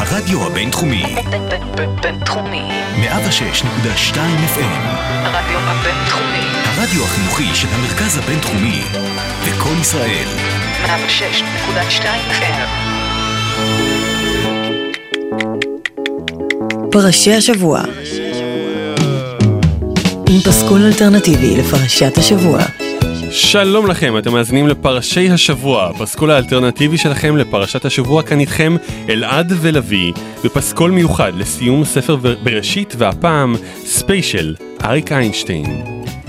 הרדיו הבינתחומי. בינתחומי. 106.2 FM. הרדיו הבינתחומי. הרדיו החינוכי של המרכז הבינתחומי. וכל ישראל. 106.2 FM. פרשי השבוע. עם פסקול אלטרנטיבי לפרשת השבוע. שלום לכם, אתם מאזינים לפרשי השבוע, פסקול האלטרנטיבי שלכם לפרשת השבוע. כאן איתכם אלעד ולוי, בפסקול מיוחד לסיום ספר בראשית, והפעם ספיישל, אריק איינשטיין.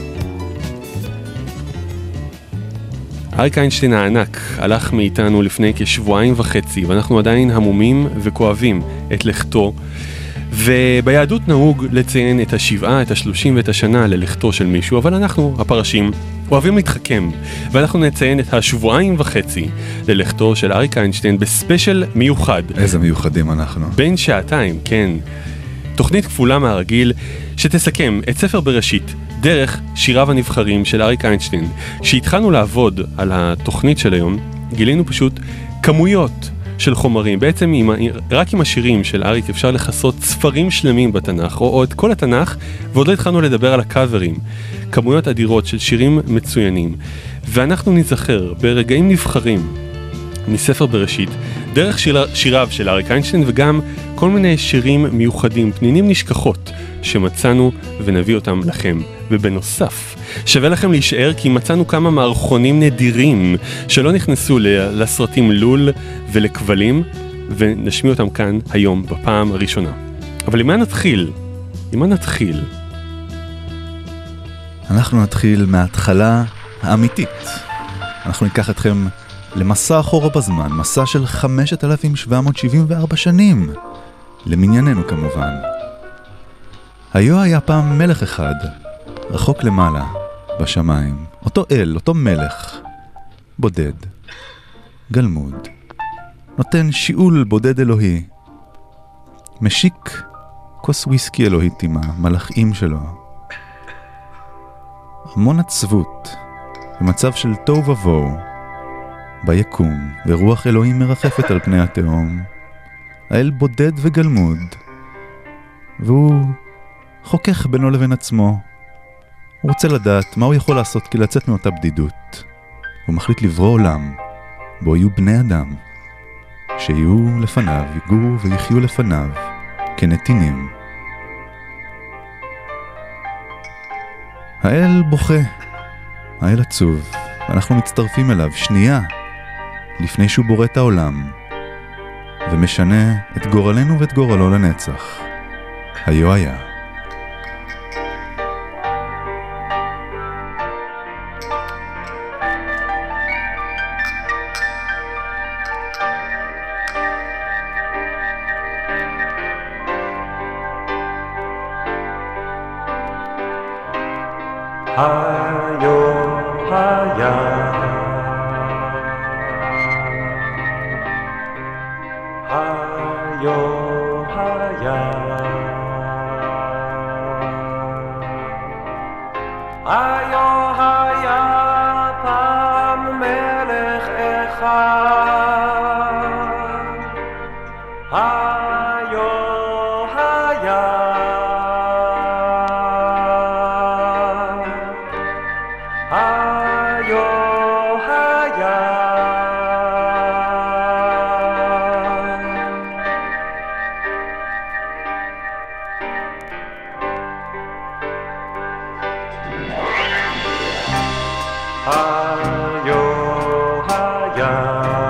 אריק איינשטיין הענק הלך מאיתנו לפני כשבועיים וחצי, ואנחנו עדיין המומים וכואבים את לכתו. וביהדות נהוג לציין את השבעה, את ה30 ואת השנה ללכתו של מישהו, אבל אנחנו, הפרשים, אוהבים להתחכם, ואנחנו נציין את השבועיים וחצי ללכתו של אריק איינשטיין בספיישל מיוחד. איזה מיוחדים אנחנו. בין שעתיים, כן. תוכנית כפולה מהרגיל שתסכם את ספר בראשית דרך שיריו הנבחרים של אריק איינשטיין. כשהתחלנו לעבוד על התוכנית של היום, גילינו פשוט כמויות של חומרים. בעצם רק עם השירים של אריק אפשר לחסות ספרים שלמים בתנ"ך, או את כל התנ"ך, ועוד לא התחלנו לדבר על הקאברים. כמויות אדירות של שירים מצוינים. ואנחנו נזכר ברגעים נבחרים מספר בראשית, דרך שיריו של אריק איינשטיין, וגם כל מיני שירים מיוחדים, פנינים נשכחות, שמצאנו ונביא אותם לכם. ובנוסף, שווה לכם להישאר כי מצאנו כמה מערכונים נדירים שלא נכנסו לסרטים לול ולכבלים, ונשמיע אותם כאן היום בפעם הראשונה. אבל למה נתחיל? אנחנו נתחיל מההתחלה האמיתית. אנחנו ניקח אתכם למסע אחורה בזמן, מסע של 5,774 שנים, למנייננו כמובן. היה פעם מלך אחד, רחוק למעלה, בשמיים. אותו אל, אותו מלך, בודד, גלמוד, נותן שיעול בודד אלוהי, משיק כוס וויסקי אלוהית עם המלאכים שלו. המון עצבות, במצב של תוהו ובוהו, ביקום, ורוח אלוהים מרחפת על פני התהום. האל בודד וגלמוד, והוא חוכך בינו לבין עצמו. הוא רוצה לדעת מה הוא יכול לעשות כדי לצאת מאותה בדידות. הוא מחליט לברוא עולם בו יהיו בני אדם, שיהיו לפניו, יגורו ויחיו לפניו כנתינים. האל בוכה, האל עצוב, ואנחנו מצטרפים אליו שנייה לפני שהוא בורא את העולם ומשנה את גורלנו ואת גורלו לנצח. היה. היה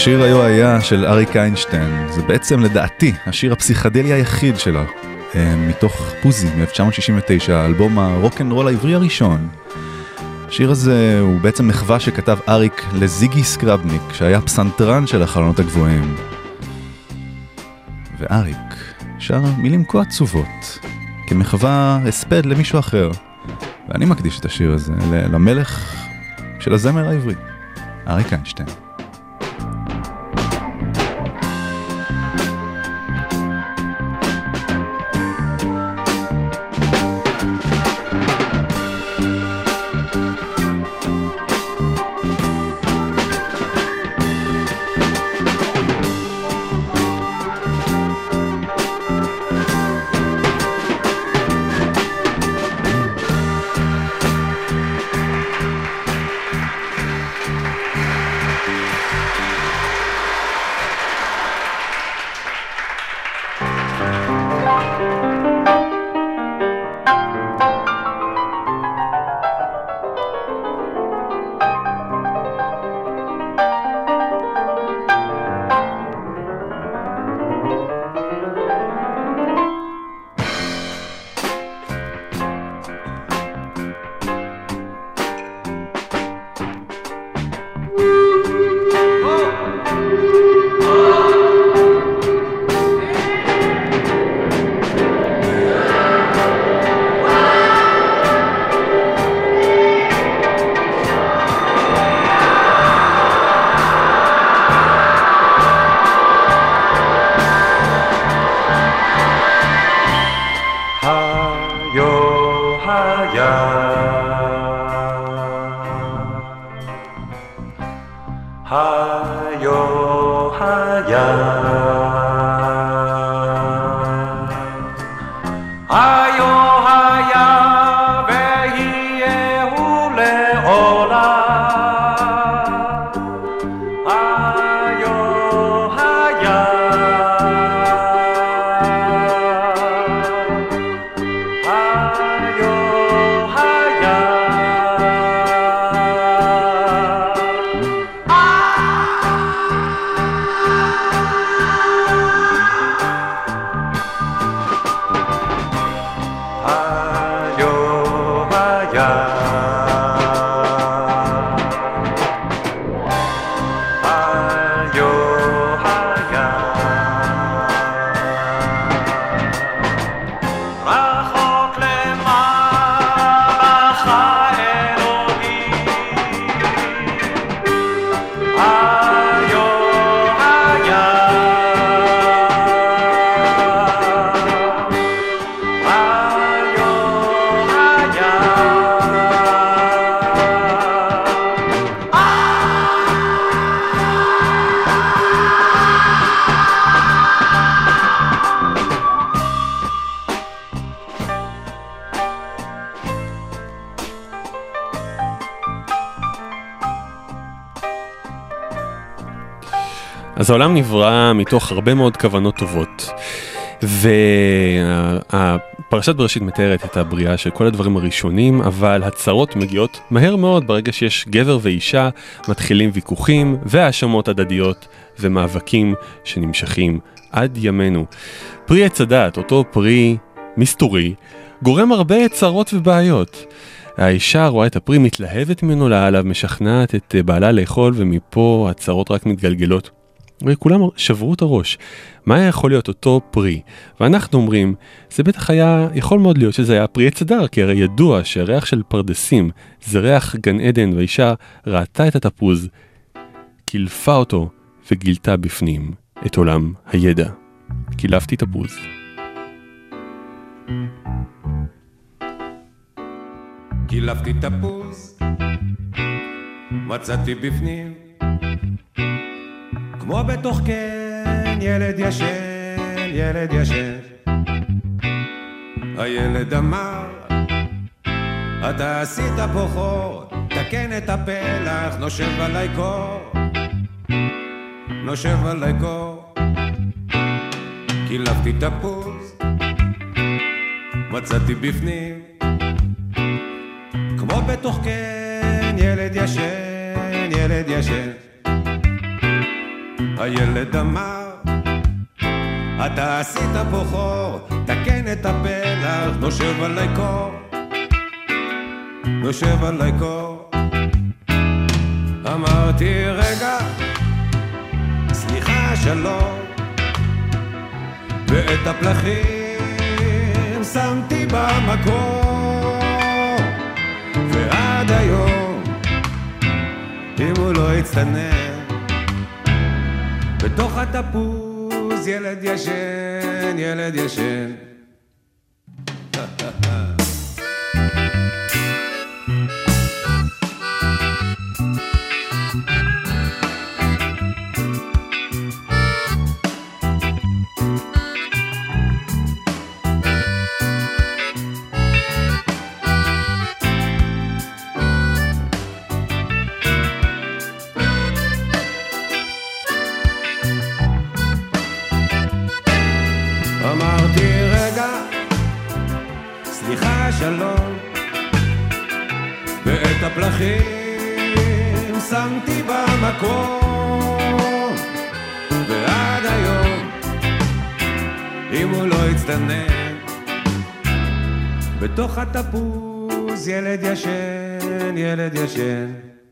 השיר היה של אריק איינשטיין, זה בעצם לדעתי השיר הפסיכדלי היחיד שלו, מתוך פוזי מ-1969, האלבום הרוק'נ'רול העברי הראשון. השיר הזה הוא בעצם מחווה שכתב אריק לזיגי סקרבניק, שהיה פסנתרן של החלונות הגבוהים. ואריק שר מילים כה עצובות, כמחווה הספד למישהו אחר. ואני מקדיש את השיר הזה למלך של הזמר העברי, אריק איינשטיין. אז העולם נברא מתוך הרבה מאוד כוונות טובות, והפרשת בראשית מתארת את הבריאה של כל הדברים הראשונים, אבל הצרות מגיעות מהר מאוד. ברגע שיש גבר ואישה מתחילים ויכוחים והאשמות הדדיות ומאבקים שנמשכים עד ימינו. פרי עץ הדעת, אותו פרי מסתורי, גורם הרבה צרות ובעיות. האישה רואה את הפרי, מתלהבת ממנו לעליו, משכנעת את בעלה לאכול, ומפה הצרות רק מתגלגלות. וכולם שברו את הראש. מה היה יכול להיות אותו פרי? ואנחנו אומרים, זה בטח היה, יכול מאוד להיות שזה היה פרי עץ הדר, כי הרי ידוע שהריח של פרדסים זה ריח גן עדן, והאישה ראתה את התפוז, קילפה אותו וגילתה בפנים את עולם הידע. קילפתי תפוז. קילפתי תפוז, מצאתי בפנים, כמו בתוך כן, ילד ישן. הילד אמר, אתה עשית פה חור, תקן את הפלח, נושב עליי קור. קילפתי תפוז, מצאתי בפנים, כמו בתוך כן, ילד ישן. הילד אמר, אתה עשית פה חור, תקן את הפלח, נושב עלי קור, נושב עלי קור. אמרתי רגע, סליחה שלום, ואת הפלחים שמתי במקום, ועד היום אם הוא לא יצטנן בתוך התפוז ילד ישן, ילד ישן. אמרתי רגע, סליחה שלום, ואת הפלחים שמתי במקום, ועד היום אם הוא לא יצטנן בתוך התפוז ילד ישן, ילד ישן.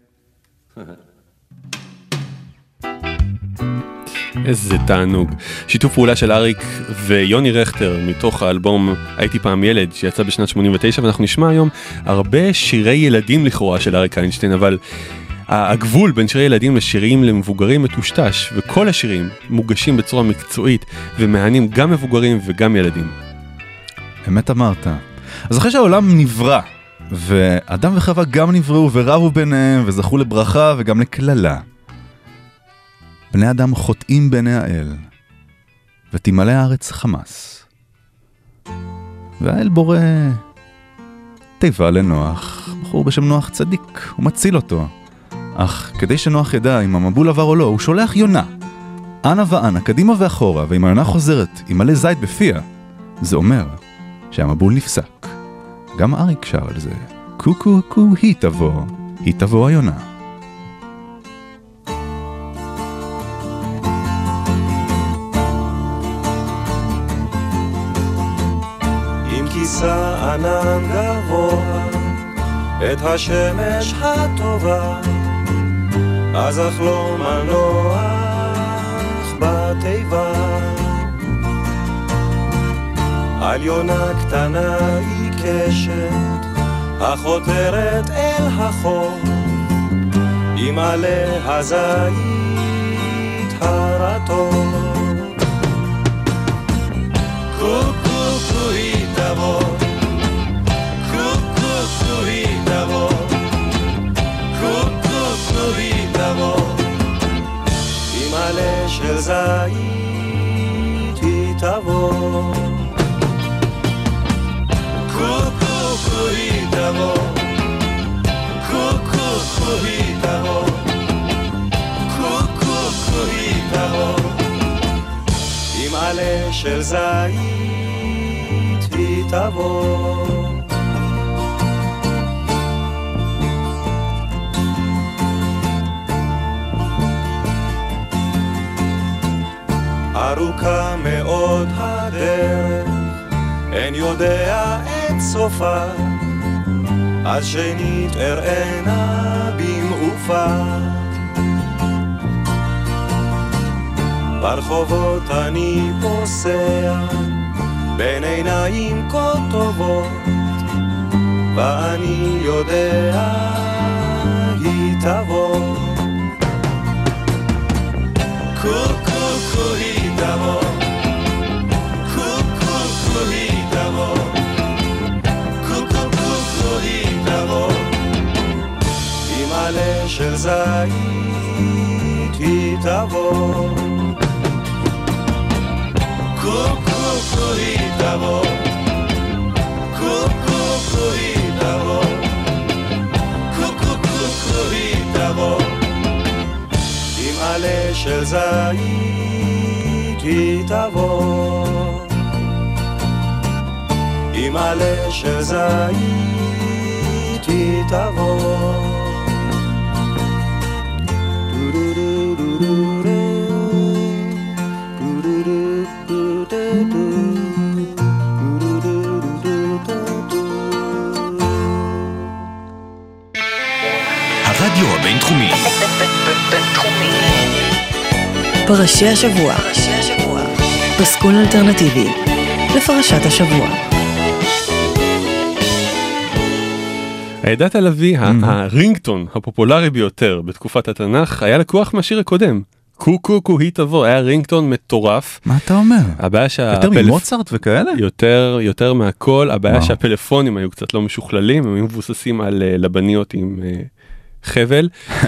איזה תענוג. שיתוף פעולה של אריק ויוני רכטר מתוך האלבום הייתי פעם ילד שיצא בשנת 89, ואנחנו נשמע היום הרבה שירי ילדים לכאורה של אריק איינשטיין, אבל הגבול בין שירי ילדים לשירים למבוגרים מטושטש, וכל השירים מוגשים בצורה מקצועית ומענים גם מבוגרים וגם ילדים. אמת אמרת. אז אחרי שהעולם נברא, ואדם וחווה גם נבראו ורבו ביניהם וזכו לברכה וגם לקללה, בני אדם חוטאים בעיני האל, ותמלא הארץ חמס. והאל בורא תיבה לנוח, בחור בשם נוח צדיק, הוא מציל אותו. אך כדי שנוח ידע אם המבול עבר או לא, הוא שולח יונה. אנה ואנה, קדימה ואחורה, ואם היונה חוזרת, עם מלא זית בפיה, זה אומר שהמבול נפסק. גם אריק שר על זה. קוקו קו היא תבוא היונה. כיסה ענן גבוה את השמש הטובה, אז אחלום על נוח בתיבה, על יונה קטנה עיקשת החותרת אל החור, עם עלי הזית הרטוב. עם עלה של זית היא תבוא, קוקו היא תבוא, קוקו היא תבוא, קוקו היא תבוא, עם עלה של זית היא תבוא. ארוכה מאוד הדרך, אין יודע את סופה, אז שנית אראנה במעופה. ברחובות אני פוסע, בין עיניים כה טובות, ואני יודע היא תבוא. קוקו היא תבוא, קוקו היא תבוא, קוקו היא תבוא, עם עלה של זית היא תבוא. קוקו היא תבוא, קוקו היא תבוא, קוקו היא תבוא, עם עלה של זית היא תבוא, עם עלה של זית היא תבוא. פרשי השבוע. פסקול אלטרנטיבי לפרשת השבוע. הידעת להביא, הרינגטון הפופולרי ביותר בתקופת התנ"ך היה לקוח מהשיר הקודם. קו היא תבוא, היה רינגטון מטורף. מה אתה אומר? הבעיה יותר ממוצרט וכאלה? יותר מהכל, הבעיה שהפלאפונים היו קצת לא משוכללים, הם היו מבוססים על לבניות עם חבל,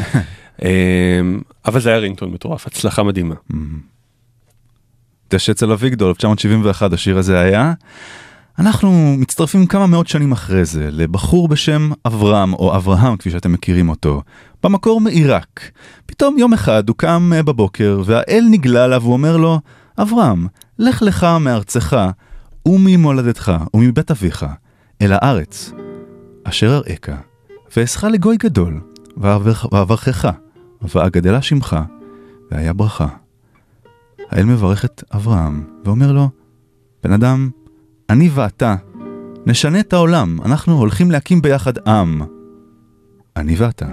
אבל זה היה רינגטון מטורף, הצלחה מדהימה. תשע אצל אביגדור, 1971 השיר הזה היה. אנחנו מצטרפים כמה מאות שנים אחרי זה לבחור בשם אברהם, או אברהם כפי שאתם מכירים אותו, במקור מעיראק. פתאום יום אחד הוא קם בבוקר והאל נגלה עליו ואומר לו, אברהם, לך לך מארצך וממולדתך ומבית אביך אל הארץ אשר אראך, ואעשך לגוי גדול, ואברכך, ואגדלה שמך, והיה ברכה. האל מברך את אברהם ואומר לו, בן אדם, אני ואתה נשנה את העולם, אנחנו הולכים להקים ביחד עם. אני ואתה.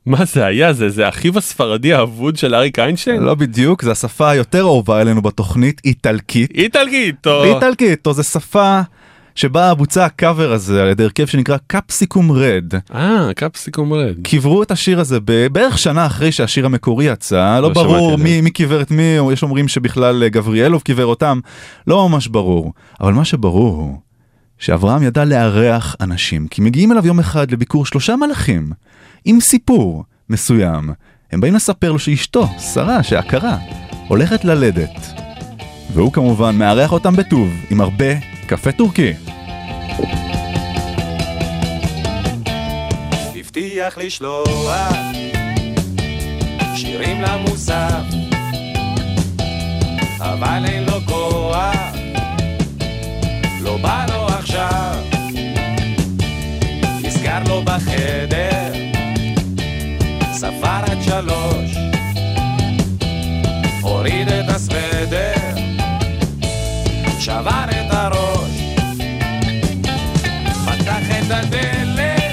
מה זה היה? זה אחיו הספרדי האבוד של אריק איינשטיין? לא בדיוק, זה השפה היותר אהובה אלינו בתוכנית, איטלקית. איטלקית, זה שפה שבה בוצע הקאבר הזה על ידי הרכב שנקרא קפסיקום רד. קפסיקום רד. קיברו את השיר הזה בערך שנה אחרי שהשיר המקורי יצא, לא ברור מי קיבר את מי, או יש אומרים שבכלל גבריאלוב קיבר אותם, לא ממש ברור. אבל מה שברור הוא שאברהם ידע לארח אנשים, כי מגיעים אליו יום אחד לביקור 3 מלאכים, עם סיפור מסוים. הם באים לספר לו שאשתו, שרה, שעקרה, הולכת ללדת. והוא כמובן מארח אותם בטוב, עם הרבה קפה טורקי. הבטיח לשלוח שירים למוסף, אבל אין לו כוח, לא בא לו עכשיו. נסגר לו בחדר, ספר עד 3, הוריד את הסוודר, שבר את הראש, פתח את הדלת,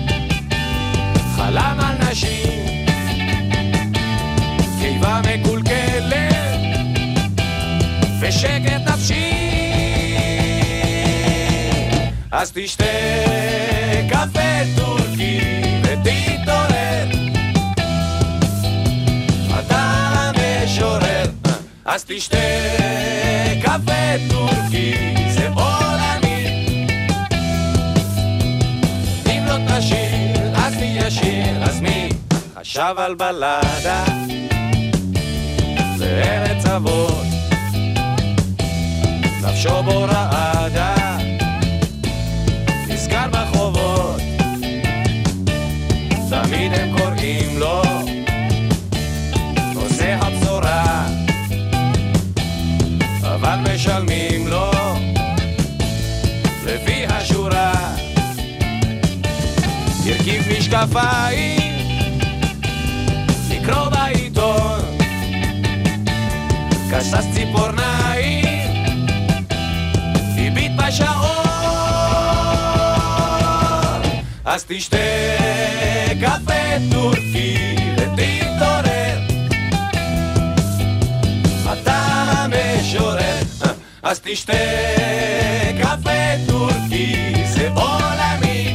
חלם על נשים, קיבה מקולקלת ושקט נפשי. אז תשתה קפה טורקי ותתעורר, אתה משורר. אז תשתה קפה טורקי, זה עולמי. אם לא תשיר אז מי ישיר? אז מי חשב על בלדה בארץ אבות, נפשו בו רעדה, נזכר בחובות, תמיד הם קוראים לו עושה הבשורה, אבל משלמים לו לפי השורה. ירכיב משקפיים, לקרוא בעיתון, כסס ציפורניים, הביט בשעון. אז תשתה קפה טורקי ותתעורר, אתה המשורר. אז תשתה קפה טורקי, זה עולמי.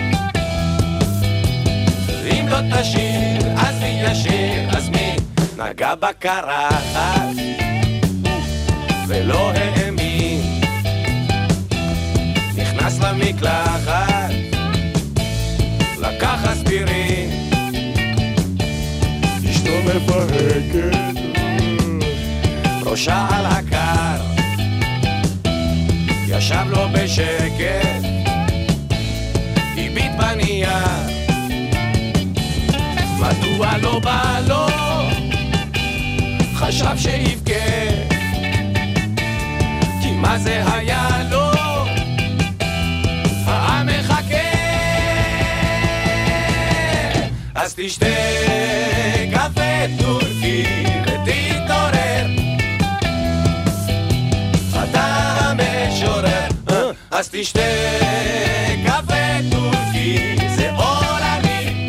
אם לא תשיר אז מי ישיר? אז מי נגע בקרחת ולא האמין, נכנס למקלחת, לקח אספירין, אשתו מפהקת, ראשה על הקר, ישב לו בשקט, הביט בנייר, מדוע לא בא לו, חשב שיבכה, כי מה זה היה לו, העם מחכה. אז תשתה קפה טורקי ותתעורר, אתה המשורר. אז תשתה קפה טורקי, זה עולמי.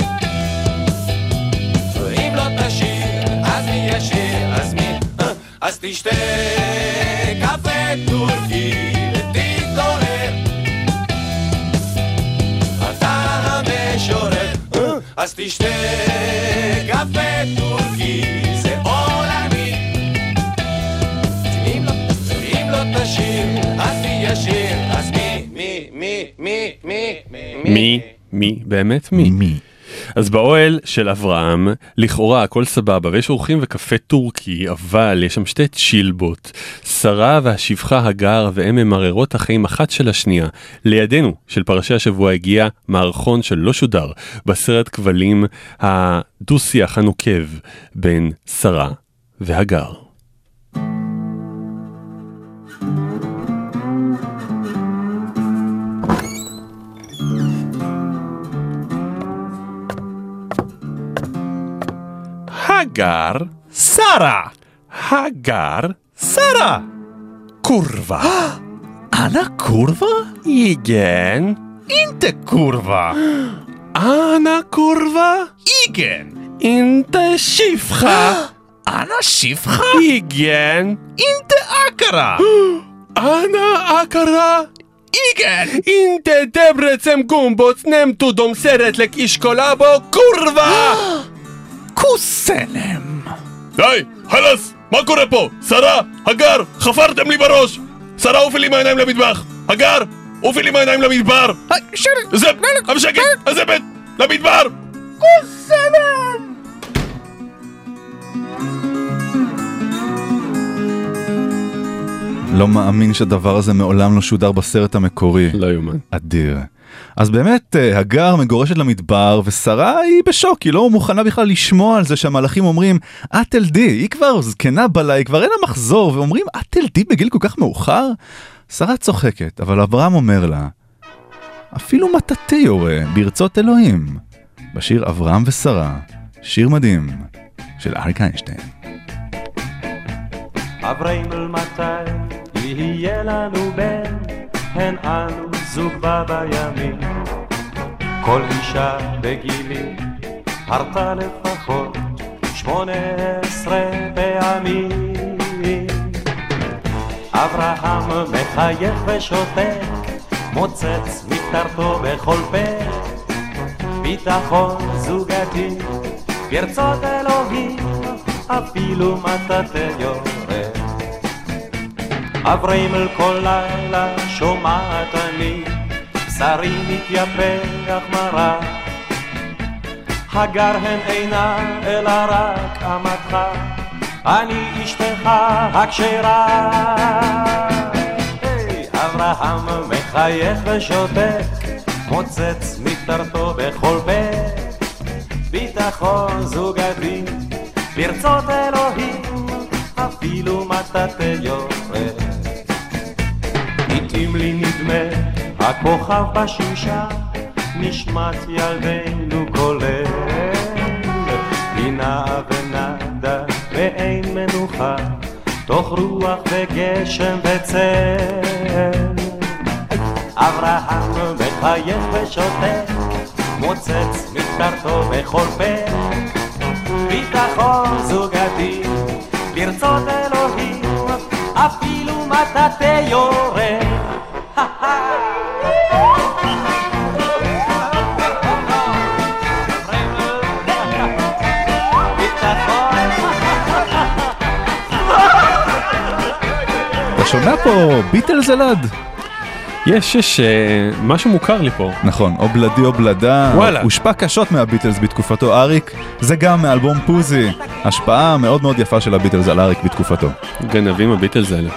ואם לא תשיר אז מי ישיר? אז מי? אז תשתה קפה טורקי ותתעורר, אתה המשורר. אז תשתה קפה טורקי, זה עולמי. אם לא תשיר אז מי ישיר? אז מי? באמת מי? מי? אז באוהל של אברהם, לכאורה הכל סבבה, ויש אורחים וקפה טורקי, אבל יש שם 2 צ'ילבות, שרה והשפחה הגר, והן ממררות החיים אחת של השנייה. לידינו של פרשי השבוע הגיע מערכון שלא שודר, בסרט כבלים, הדו-שיח הנוקב בין שרה והגר. הגר, שרה! הגר, שרה! קורבה. אנה קורבה? igen, אינטה קורבה! אנה קורבה? Igen. אינטה שפחה. Anna Schifcha? Igen. Inte Akara. אנה אקרה? Igen. אינטה דברצם גומבוץ נמתו דום סרט לקיש קולאבו קורבה! Kusselem. די, חלס! מה קורה פה? שרה, הגר, חפרתם לי בראש! שרה, עופי לי מהעיניים למטבח! הגר, עופי לי מהעיניים למדבר! זב, המשקת, הזבת, למדבר! לא מאמין שהדבר הזה מעולם לא שודר בסרט המקורי. לא יומן. אדיר. אז באמת, הגר מגורשת למדבר, ושרה היא בשוק, היא לא מוכנה בכלל לשמוע על זה שהמלאכים אומרים, את תלדי, היא כבר זקנה בלילה, כבר אין לה מחזור, ואומרים, את תלדי בגיל כל כך מאוחר? שרה צוחקת, אבל אברהם אומר לה, אפילו מטאטא יורה ברצות אלוהים. בשיר אברהם ושרה, שיר מדהים של אריק איינשטיין. אברהם אל מתי יהיה לנו בן, הן אנו זוג בה בימים. כל אישה בגילי הרתה לפחות 18 פעמים. אברהם מחייך ושותק, מוצץ מקטרתו בכל פה. ביטחון זוגתי ברצות אלוהים, אפילו מטאטא יורה. אברהם אל כל לילה שומעת אני, בשרי מתייפח מרה. הגר הן אינה אלא רק אמתך, אני אשתך הכשרה. אברהם מחייך ושותק, מוצץ מקטרתו בכל פה. ביטחון זוגתי ברצות אלוהים, אפילו מטאטא יורה. לעתים לי נדמה הכוכב בשמשה, נשמת ילדינו כולל. היא נעה ונדה ואין מנוחה, תוך רוח וגשם וצל. אברהם מחייך ושותק, מוצץ מקטרתו בכל פה. ביטחון זוגתי ברצות אלוהים, אפילו מטאטא יורה. אתה שומע פה ביטלס אלעד? יש משהו מוכר לי פה. נכון, או בלדי או בלדה. וואלה. הושפע קשות מהביטלס בתקופתו אריק, זה גם מאלבום פוזי. השפעה מאוד מאוד יפה של הביטלס על אריק בתקופתו. גנבים הביטלס האלה.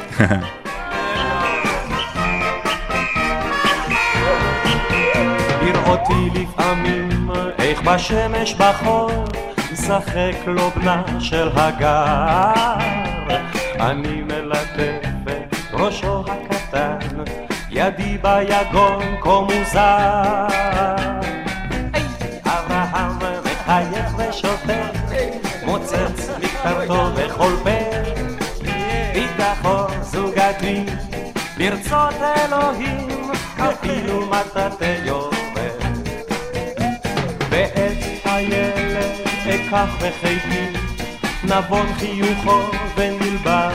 לראותי לפעמים איך בשמש בחור משחק לו בנה של הגר. אני מלטף את ראשו הקטן, ידי ביגון כה מוזר. אברהם מחייך ושותק, מוצץ מקטרתו בכל פה. ביטחון זוגתי ברצות אלוהים, אפילו מטאטא יורה. ואת הילד אקח בחיתי, נבון חיוכו ונלבר.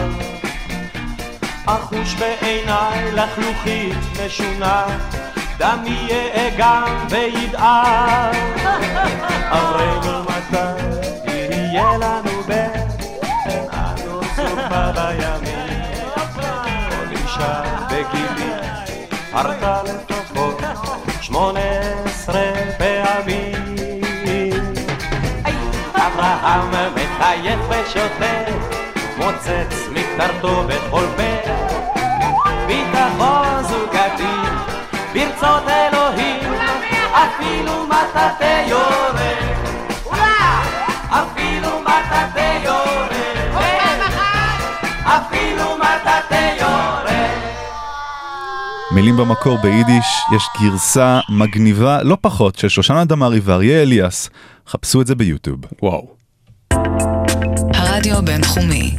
אחוש בעיניי לחלוכית משונה, דמי יאגם וידער. אברהם מתי יהיה לנו בן, אין אנו סופה בימים. כל אישה בגילי הרתה לפחות 18 פעמים. אברהם מחייך ושותק, מוצץ מקטרתו בכל פה. ביטחון זוגתי ברצות אלוהים, אפילו מטאטא יורה. אפילו מטאטא יורה. אפילו מטאטא יורה. מילים במקור ביידיש, יש גרסה מגניבה לא פחות של שושנה דמארי ואריה אליאס. חפשו את זה ביוטיוב. וואו. הרדיו בינתחומי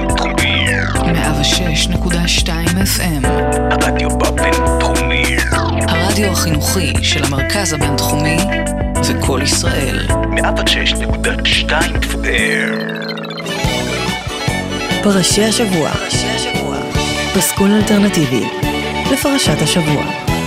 106.2 FM. הרדיו בינתחומי. הרדיו החינוכי של המרכז הבינתחומי וכל ישראל. 106.2 FM. פרשי השבוע. פסקול אלטרנטיבי לפרשת השבוע.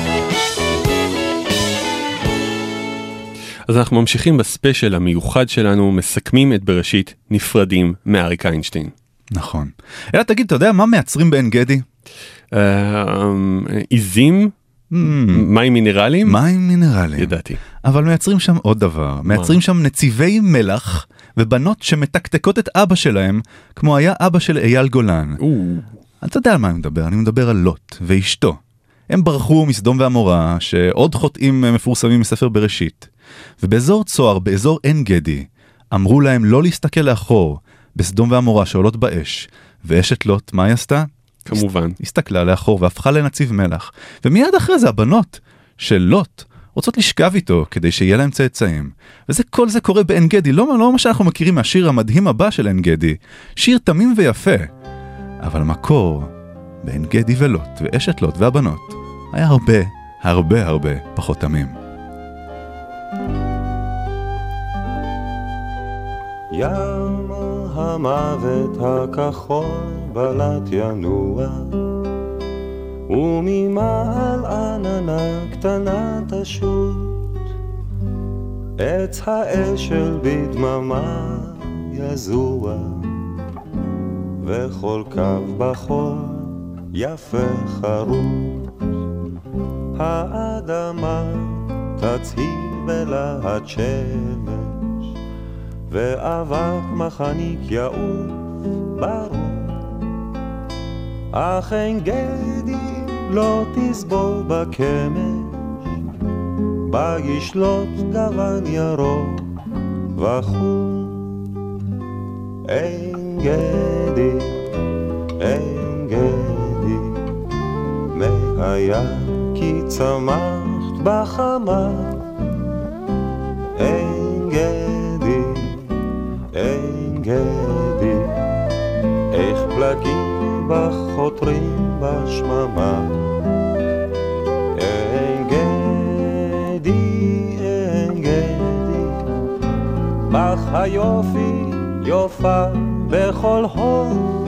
אז אנחנו ממשיכים בספיישל המיוחד שלנו, מסכמים את בראשית, נפרדים מאריק איינשטיין. נכון. אלא תגיד, אתה יודע מה מייצרים בעין גדי? עיזים? מים מינרליים? מים מינרליים. ידעתי. אבל מייצרים שם עוד דבר. מייצרים שם נציבי מלח ובנות שמתקתקות את אבא שלהם, כמו היה אבא של אייל גולן. אתה יודע על מה אני מדבר? אני מדבר על לוט ואשתו. הם ברחו מסדום ועמורה, שעוד חוטאים מפורסמים מספר בראשית. ובאזור צוהר, באזור עין גדי, אמרו להם לא להסתכל לאחור, בסדום ועמורה שעולות באש. ואשת לוט, מה היא עשתה? כמובן. הסתכלה לאחור והפכה לנציב מלח. ומיד אחרי זה הבנות של לוט רוצות לשכב איתו כדי שיהיה להם צאצאים. כל זה קורה בעין גדי, לא מה שאנחנו מכירים מהשיר המדהים הבא של עין גדי. שיר תמים ויפה. אבל המקור בעין גדי ולוט ואשת לוט והבנות היה הרבה פחות תמים. ים המוות הכחול בלט ינוע, וממעל עננה קטנה תשוט, עץ האשל בדממה יזוע, וכל קו בחול יפה חרוט. האדמה תצהיב בלהט שמש, ואבק מחניק יעוף ברור. אך אין גדי לא תסבור בקמש, בה ישלוט גוון ירוק וחור. אין גדי, אין גדי, מהיה כי צמחת בחמה. אין גדי, אין גדי, איך פלגים בחותרים בשממה. אין גדי, אין גדי, בך היופי יופה בכל הוד,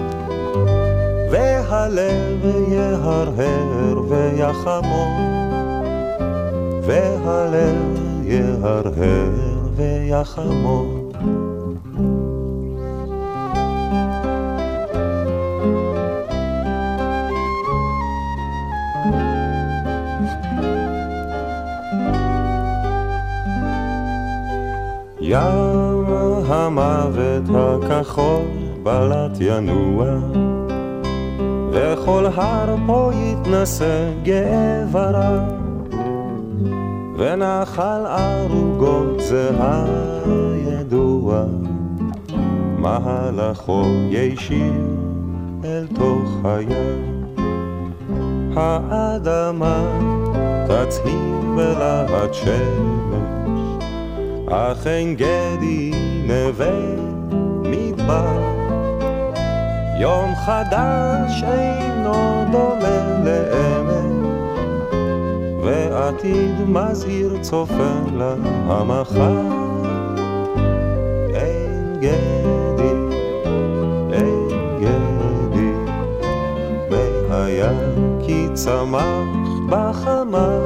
והלב יהרהר ויחמוד, והלב יהרהר ויחמוד. ים המוות הכחול בלט ינוע, וכל הר פה יתנסה גברה, ונחל ערוגות זה הידוע, מהלכו ישיר אל תוך הים. האדמה תצהיב בלהט שמש, אך אין גדי נווה מדבר. יום חדש אינו דומה לאמש, ועתיד מזהיר צופה למחר. אין גדי, אין גדי, והיה כי צמח בחמה.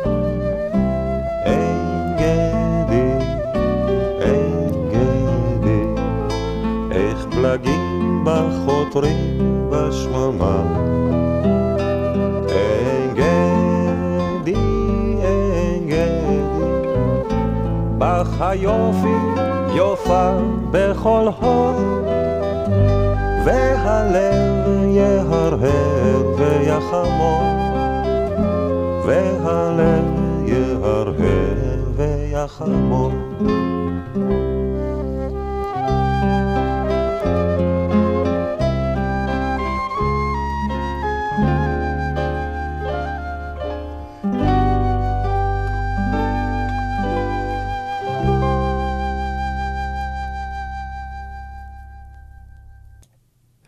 אין גדי, אין גדי, איך פלגים בחותרים בשממה. אין גדי, אין גדי, בך היופי יופה בכל הוד, והלב יהרהר ויחמוד, והלב יהרהר ויחמוד.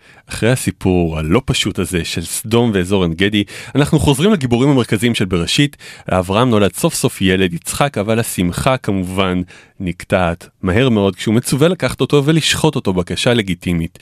אחרי הסיפור הלא פשוט הזה של סדום ואזור עין גדי, אנחנו חוזרים לגיבורים המרכזיים של בראשית. לאברהם נולד סוף סוף ילד יצחק, אבל השמחה כמובן נקטעת מהר מאוד כשהוא מצווה לקחת אותו ולשחוט אותו, בקשה לגיטימית.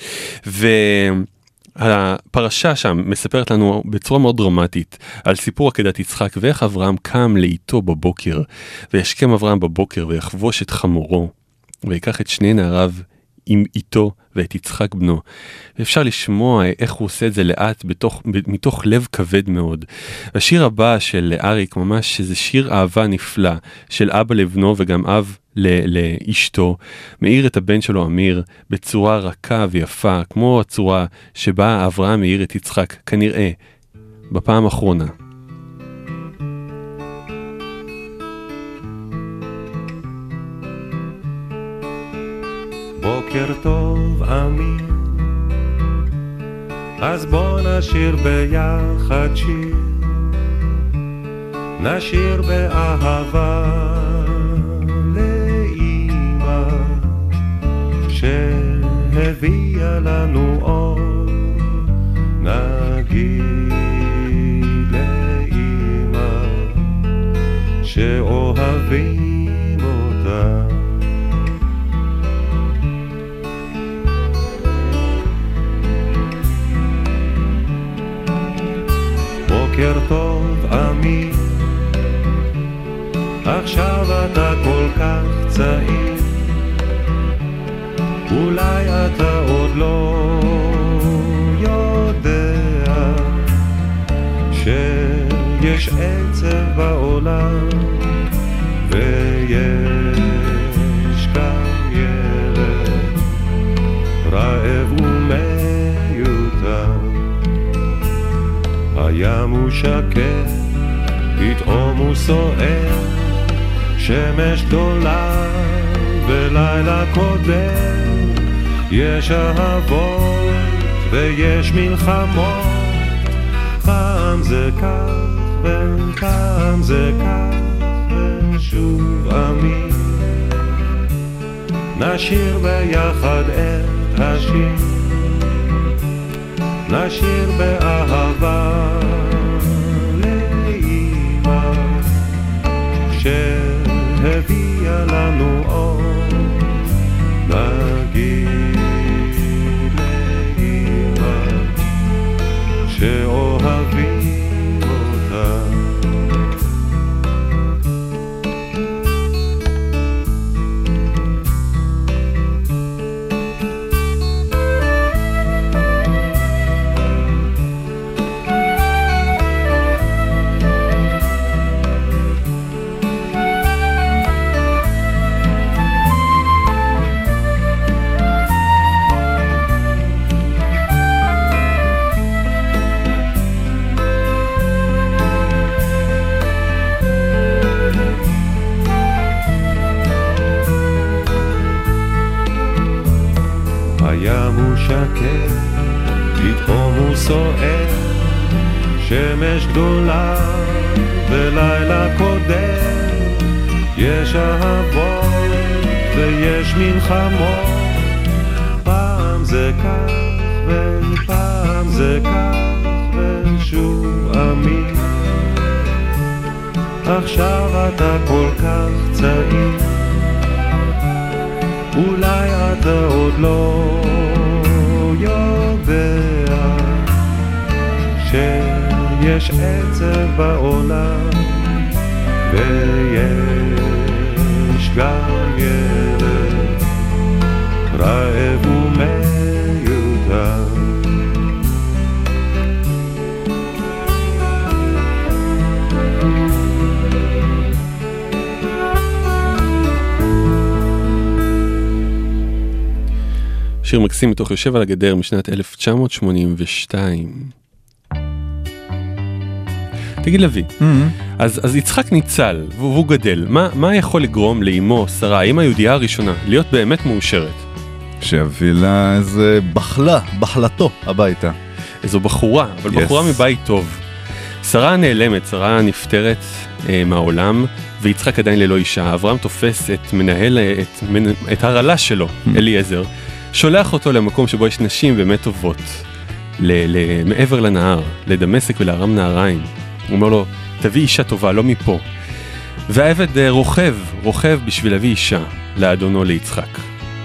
הפרשה שם מספרת לנו בצורה מאוד דרמטית על סיפור עקדת יצחק, ואיך אברהם קם לאיתו בבוקר, וישכם אברהם בבוקר ויחבוש את חמורו, ויקח את שני נעריו עם איתו ואת יצחק בנו. ואפשר לשמוע איך הוא עושה את זה לאט מתוך לב כבד מאוד. השיר הבא של אריק ממש זה שיר אהבה נפלא של אבא לבנו וגם אב לאשתו, מאיר את הבן שלו אמיר בצורה רכה ויפה, כמו הצורה שבה אברהם מאיר את יצחק כנראה בפעם האחרונה. בוקר טוב אמיר, אז בוא נשיר ביחד שיר, נשיר באהבה לאמא שהביאה לנו אור, נגיד לאמא שאוהבים אותה. בוקר טוב אמיר, עכשיו אתה כל כך צעיר, אולי אתה עוד לא יודע שיש עצב בעולם ויש כאן ילד רעב ומיותר. הים הוא שקט, פתאום הוא סוער, שמש גדולה ולילה קודם, יש אהבות ויש מלחמות, פעם זה כך ופעם זה כך ושוב אמיר, נשיר ביחד את השיר, נשיר באהבה לאמא שהביאה לנו אור, נגיד לאמא שאוהבים אותה. הים הוא שקט, פתאום הוא סוער, שמש גדולה ולילה קודם, יש אהבות ויש מלחמות, פעם זה כך ופעם זה כך ושוב אמיר, עכשיו אתה כל כך צעיר, אולי אתה עוד לא יודע שיש עצב בעולם ויש גם ילד רעב ומיותר. שיר מקסים מתוך יושב על הגדר משנת 1982. תגיד לוי, אז יצחק ניצל והוא גדל, מה יכול לגרום לאמו שרה, האמא היהודייה הראשונה, להיות באמת מאושרת? שיביא לה איזה בחלתו הביתה. איזו בחורה, אבל בחורה מבית טוב. שרה נעלמת, שרה נפטרת מהעולם, ויצחק עדיין ללא אישה. אברהם תופס את הרלה שלו, אליעזר, שולח אותו למקום שבו יש נשים באמת טובות, מעבר לנהר, לדמשק ולארם נהריים. הוא אומר לו, תביא אישה טובה, לא מפה. והעבד רוכב בשביל להביא אישה לאדונו ליצחק.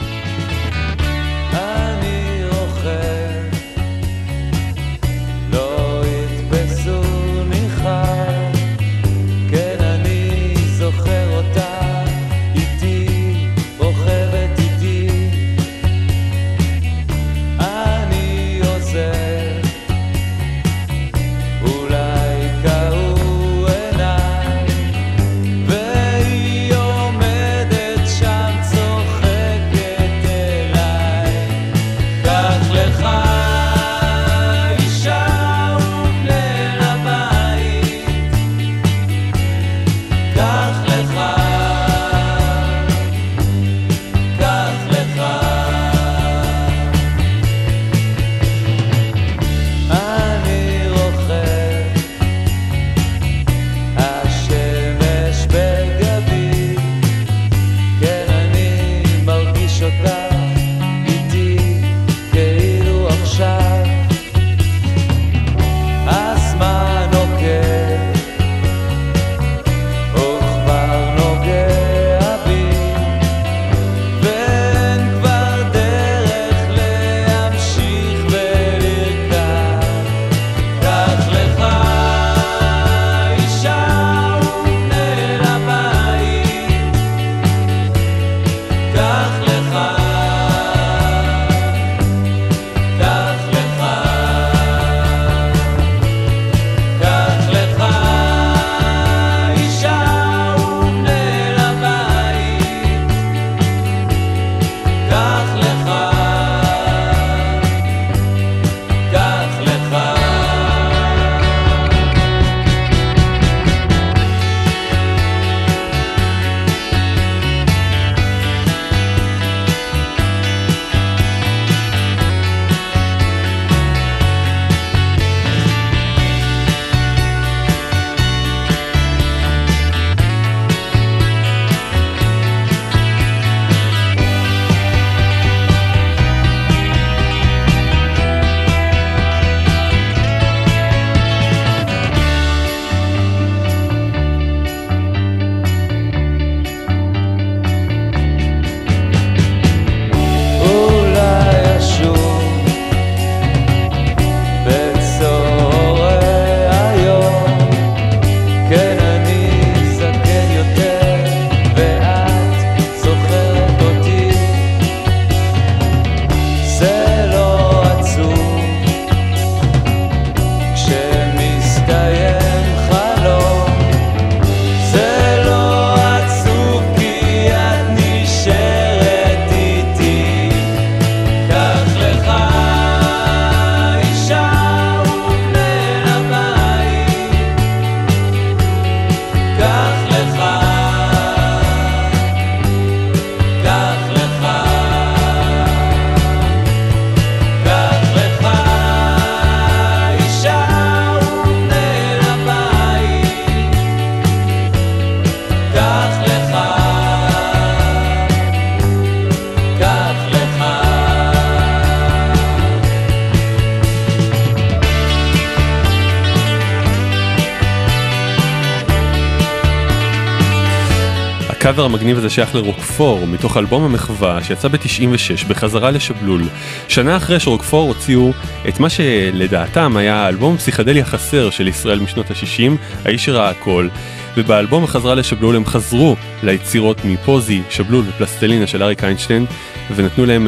הקאבר המגניב הזה שייך לרוקפור, מתוך אלבום המחווה שיצא ב-96 בחזרה לשבלול, שנה אחרי שרוקפור הוציאו את מה שלדעתם היה האלבום פסיכדלי החסר של ישראל משנות ה-60, האיש שראה הכל, ובאלבום החזרה לשבלול הם חזרו ליצירות מפוזי, שבלול ופלסטלינה של אריק איינשטיין, ונתנו להם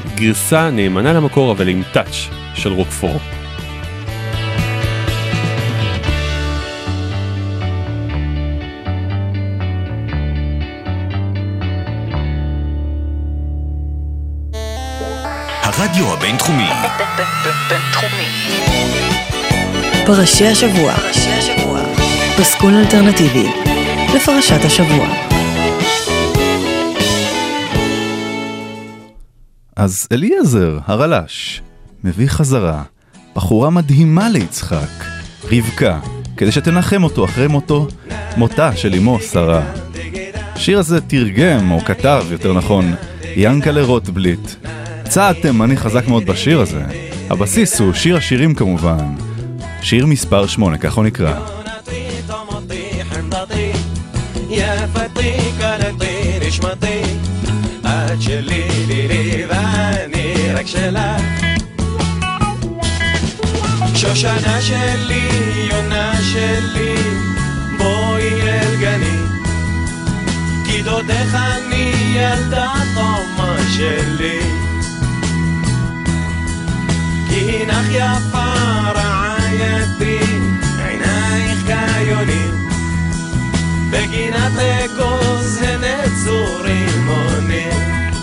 גרסה נאמנה למקור אבל עם טאץ' של רוקפור. הרדיו הבינתחומי. פרשי השבוע. פסקול אלטרנטיבי לפרשת השבוע. אז אליעזר, הרל"ש, מביא חזרה בחורה מדהימה ליצחק, רבקה, כדי שתנחם אותו אחרי מותה של אמו שרה. השיר הזה תרגם, או כתב יותר נכון, ינקלה רוטבליט. צעד תימני חזק מאוד בשיר הזה. הבסיס הוא שיר השירים כמובן. שיר מספר 8, כך הוא נקרא. يا فتيك لطي نشمطي أتشلي لي ذاني ركشلا شوشنا شلي يونا شلي بوي الجني كيدو دخاني يلدا طوما شلي كينخ يا فرعايتي عينايخ كايوني בגינת אגוז הנצורים עונים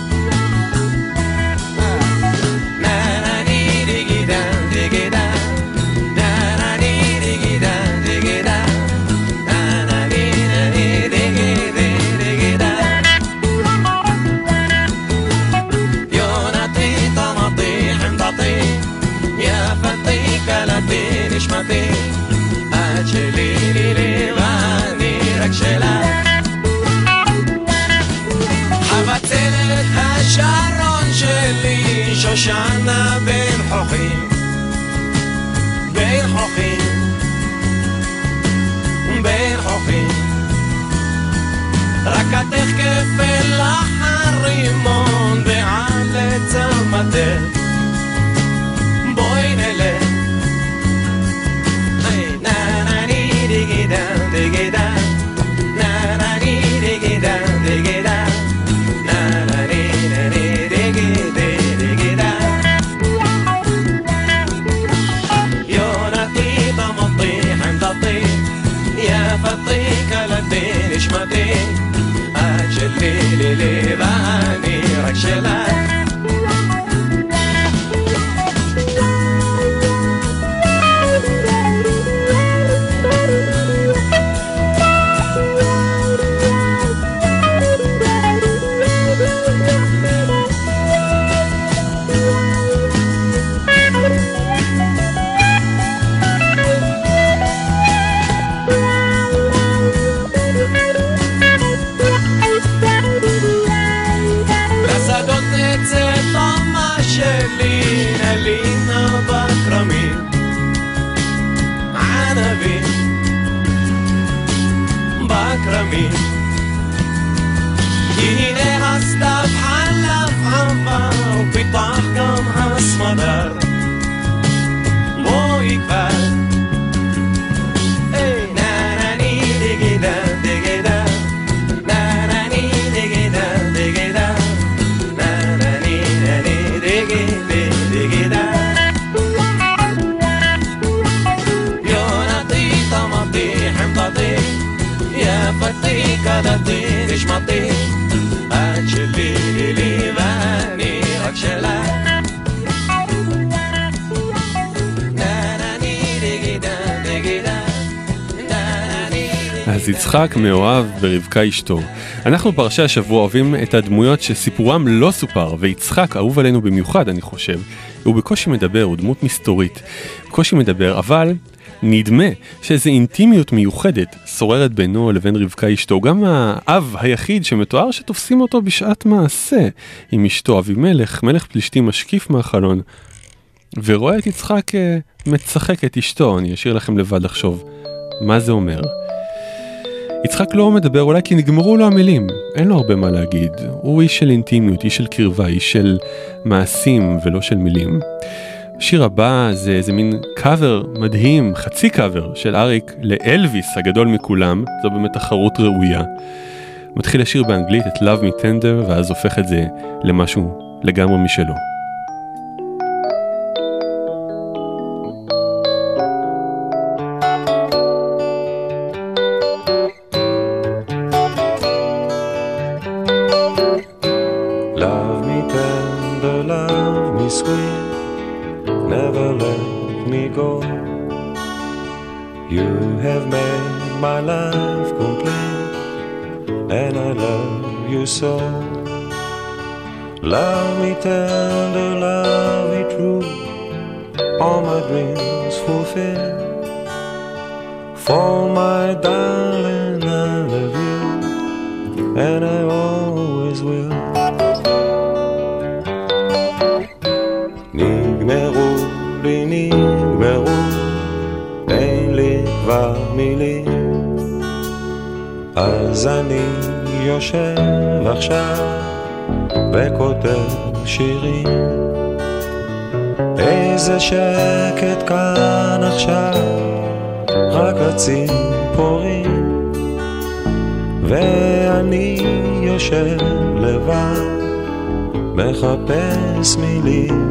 נרני דיגידה דיגידה נרני דיגידה דיגידה נרני נני דיגידה דיגידה יונתי תמתי חמדתי יפתי קלתי נשמתי עד שלי לי ואני רק שלה חבצלת השרון שלי שושנה בין חוכים בין חוכים בין חוכים רק התך כפל החרימון ועל לצמתך בואי נלך נרני דיגידה דיגידה נרני דיגידה דיגידה נרני נני דיגידה דיגידה יונתי תמותי חמדתי יפתי קלתי נשמתי עד שלי לי ואני רק שלה הנה הסתיו חלף עבר ופיתח גם הסמדר בואי כבר נרני דיגידה דיגידה נרני דיגידה דיגידה נרני נני דיגידה דיגידה יונתי תמתי חמדתי יפתי קלתי נשמתי עד שלי לי ואני רק שלה נרני דיגידה דיגידה אז יצחק מאוהב ברבקה אשתו. אנחנו פרשי השבוע אוהבים את הדמויות שסיפורם לא סופר, ויצחק אהוב עלינו במיוחד אני חושב. הוא בקושי מדבר, הוא דמות מסתורית, בקושי מדבר, אבל נדמה שאיזו אינטימיות מיוחדת שוררת בינו לבין רבקה אשתו. גם האב היחיד שמתואר שתופסים אותו בשעת מעשה עם אשתו, אבימלך, מלך פלישתים משקיף מהחלון ורואה את יצחק מצחק את אשתו. אני אשאיר לכם לבד לחשוב מה זה אומר. יצחק לא מדבר אולי כי נגמרו לו המילים, אין לו הרבה מה להגיד. הוא איש של אינטימיות, איש של קרבה, איש של מעשים ולא של מילים. השיר הבא זה איזה מין קאבר מדהים, חצי קאבר של אריק לאלוויס הגדול מכולם. זו באמת תחרות ראויה. מתחיל לשיר באנגלית את Love Me Tender ואז הופך את זה למשהו לגמרי משלו. Love me tender, love me sweet, never let me go. You have made my life complete, and I love you so. Love me tender, love me true, all my dreams fulfill. For my darling, I love you, and I always will. אז אני יושב עכשיו וכותב שירים. איזה שקט כאן עכשיו, רק הציפורים, ואני יושב לבד מחפש מילים.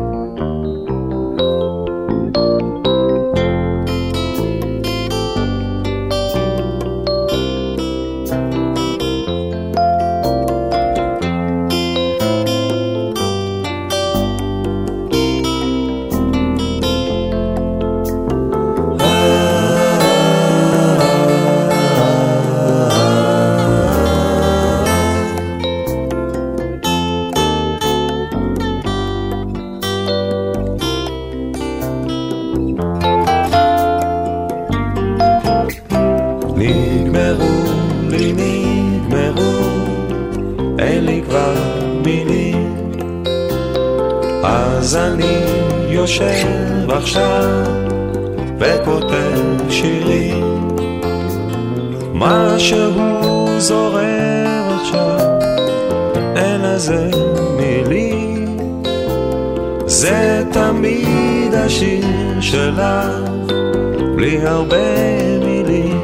אז אני יושב עכשיו וכותב שירים. משהו זורם עכשיו, אין לזה מילים. זה תמיד השיר שלך, בלי הרבה מילים.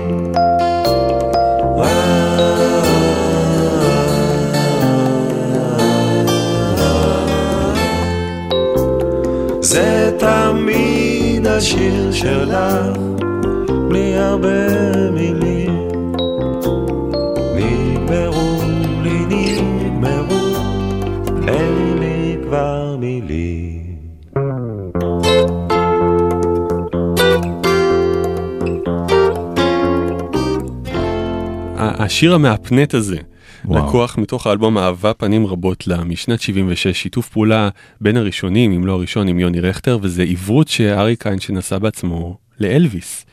זה תמיד השיר שלך, בלי הרבה מילים. נגמרו לי, נגמרו, אין לי כבר מילים. השיר המאפנט הזה לקוח מתוך האלבום אהבה פנים רבות לה משנת 76, שיתוף פעולה בין הראשונים, אם לא הראשון, עם יוני רכטר, וזה עברות שאריק איינשטיין עשה בעצמו לאלוויס.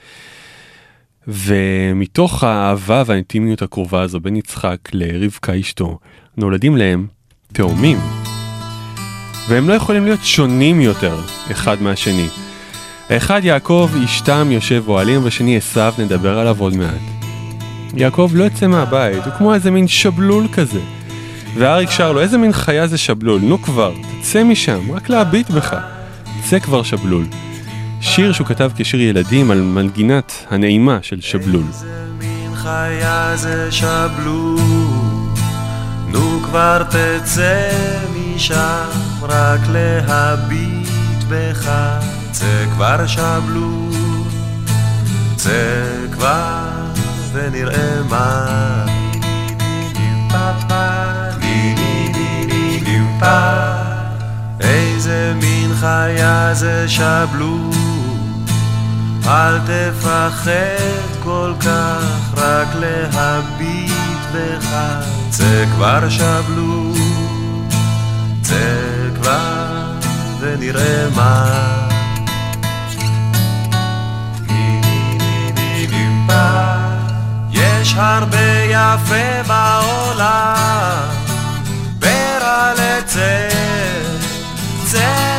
ומתוך האהבה והאינטימיות הקרובה הזו בין יצחק לרבקה אשתו, נולדים להם תאומים. והם לא יכולים להיות שונים יותר אחד מהשני. האחד יעקב אשתם יושב אוהלים, והשני עשיו, נדבר עליו עוד מעט. יעקב לא יוצא מהבית, הוא כמו איזה מין שבלול כזה. ואריק שר לו, איזה מין חיה זה שבלול? נו כבר, תצא משם, רק להביט בך. תצא כבר שבלול. שיר שהוא כתב כשיר ילדים על מנגינת הנעימה של שבלול. איזה מין חיה זה שבלול, נו כבר תצא משם, רק להביט בך. צא כבר שבלול, צא כבר ונראה מה. איזה מין חיה זה שבלול, אל תפחד כל כך, רק להביט בך. צא כבר שבלול, צא כבר ונראה מה. יש הרבה יפה בעולם, ברע לצא, צא.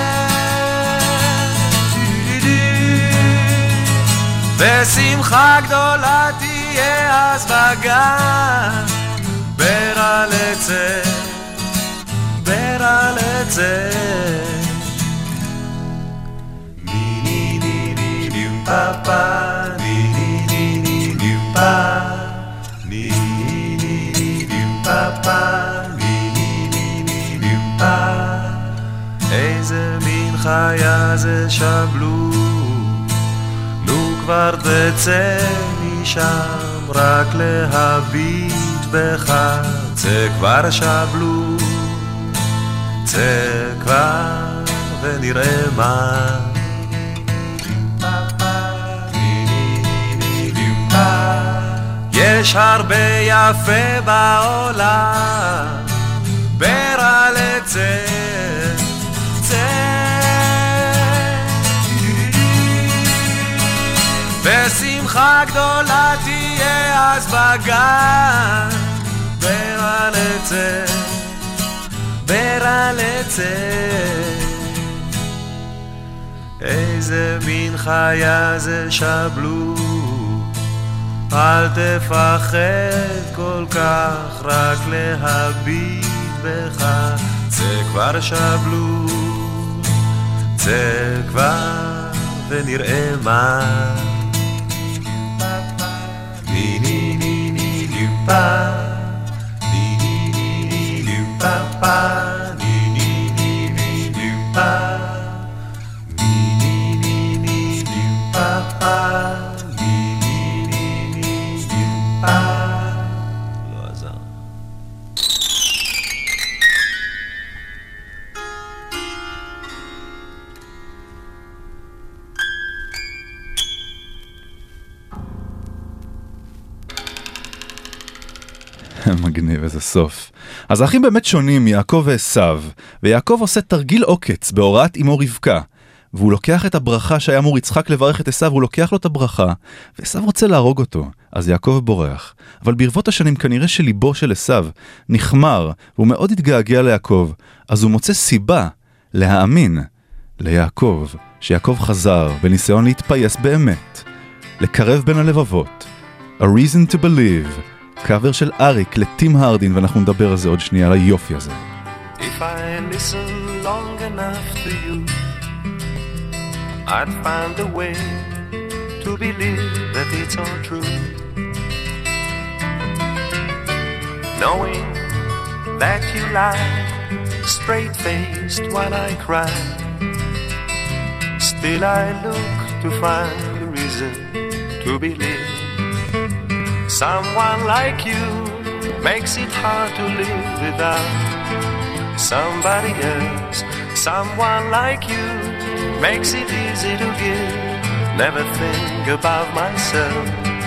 ושמחה גדולה תהיה אז בגן, ברע לצא, ברע לצא. ני ני ני ני ני פאפה, ני ני ני ני ני פאפה. איזה מין חיה זה שבלול, נו כבר תצא משם, רק להביט בך. צא כבר שבלול, צא כבר ונראה מה. יש הרבה יפה בעולם, ברע לצא, צא. ושמחה גדולה תהיה אז בגן, ברע לצא, ברע לצא. איזה מין חיה זה שבלול, אל תפחד כל כך, רק להביט בך. צא כבר שבלו, צא כבר ונראה מה. ני ני ני ני ליופה, ני ני ני ני ליופה, ני ני ני ני ליופה, ני ני ני ני ליופה, ני ני ני ני ליופה. לא עזר. מגניב, איזה סוף. אז האחים באמת שונים מיעקב ועשיו, ויעקב עושה תרגיל עוקץ בהוראת אמו רבקה, והוא לוקח את הברכה שהיה אמור יצחק לברך את עשיו, הוא לוקח לו את הברכה, ועשיו רוצה להרוג אותו, אז יעקב בורח. אבל ברבות השנים כנראה שליבו של עשיו נחמר, והוא מאוד התגעגע ליעקב, אז הוא מוצא סיבה להאמין ליעקב, שיעקב חזר בניסיון להתפייס באמת, לקרב בין הלבבות. A reason to believe. קאבר של אריק לטים הרדין, ואנחנו נדבר על זה עוד שנייה, על היופי הזה. If I listen long enough to you, I'd find a way to believe that it's all true. Knowing that you lie straight-faced while I cry, still I look to find a reason to believe. Someone like you makes it hard to live without somebody else. Someone like you makes it easy to give. Never think about myself.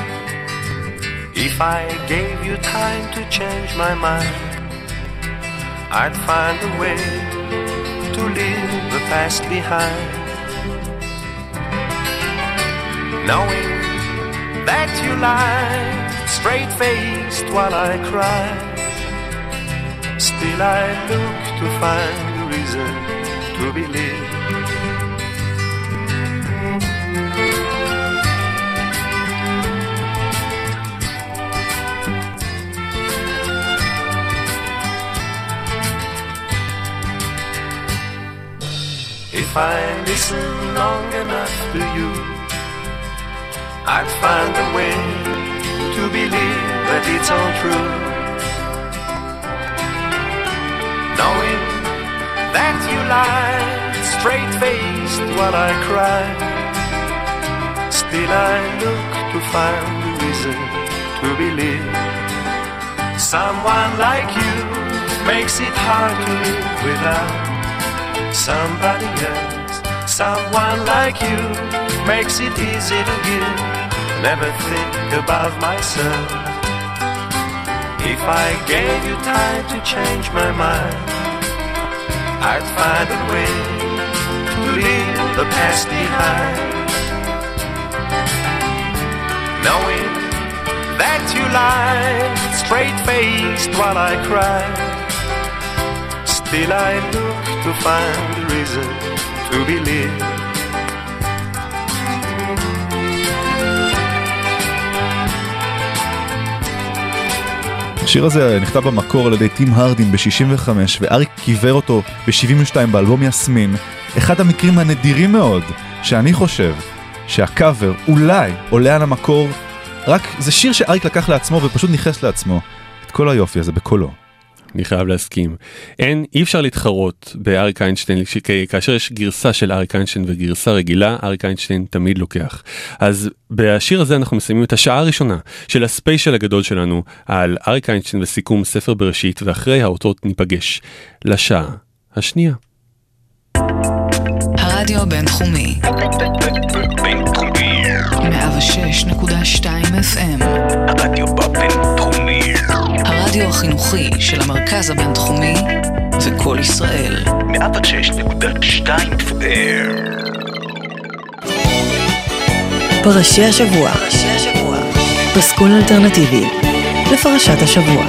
If I gave you time to change my mind, I'd find a way to leave the past behind. Knowing that you lie straight-faced while I cry, still I look to find a reason to believe. If I listen long enough to you, I'd find a way to believe that it's all true. Knowing that you lie straight-faced while I cry, still I look to find a reason to believe. Someone like you makes it hard to live without somebody else. Someone like you makes it easy to give. Never think about myself. If I gave you time to change my mind, I'd find a way to leave the past behind. Knowing that you lie straight-faced while I cry, still I look to find a reason to believe. השיר הזה נכתב במקור על ידי טים הרדין ב-65, ואריק קיבר אותו ב-72 באלבום יסמין. אחד המקרים הנדירים מאוד שאני חושב שהקאבר אולי עולה על המקור, רק זה שיר שאריק לקח לעצמו ופשוט נכנס לעצמו את כל היופי הזה בקולו. אני חייב להסכים. אי אפשר להתחרות באריק איינשטיין, כאשר יש גרסה של אריק איינשטיין וגרסה רגילה, אריק איינשטיין תמיד לוקח. אז בשיר הזה אנחנו מסיימים את השעה הראשונה של הספיישל הגדול שלנו על אריק איינשטיין וסיכום ספר בראשית, ואחרי האותות ניפגש לשעה השנייה. הרדיו הבינתחומי 106.2 FM, הרדיו הבינתחומי, הרדיו החינוכי של המרכז הבינתחומי וכל ישראל 106.2 FM. פרשי השבוע, פסקול אלטרנטיבי לפרשת השבוע.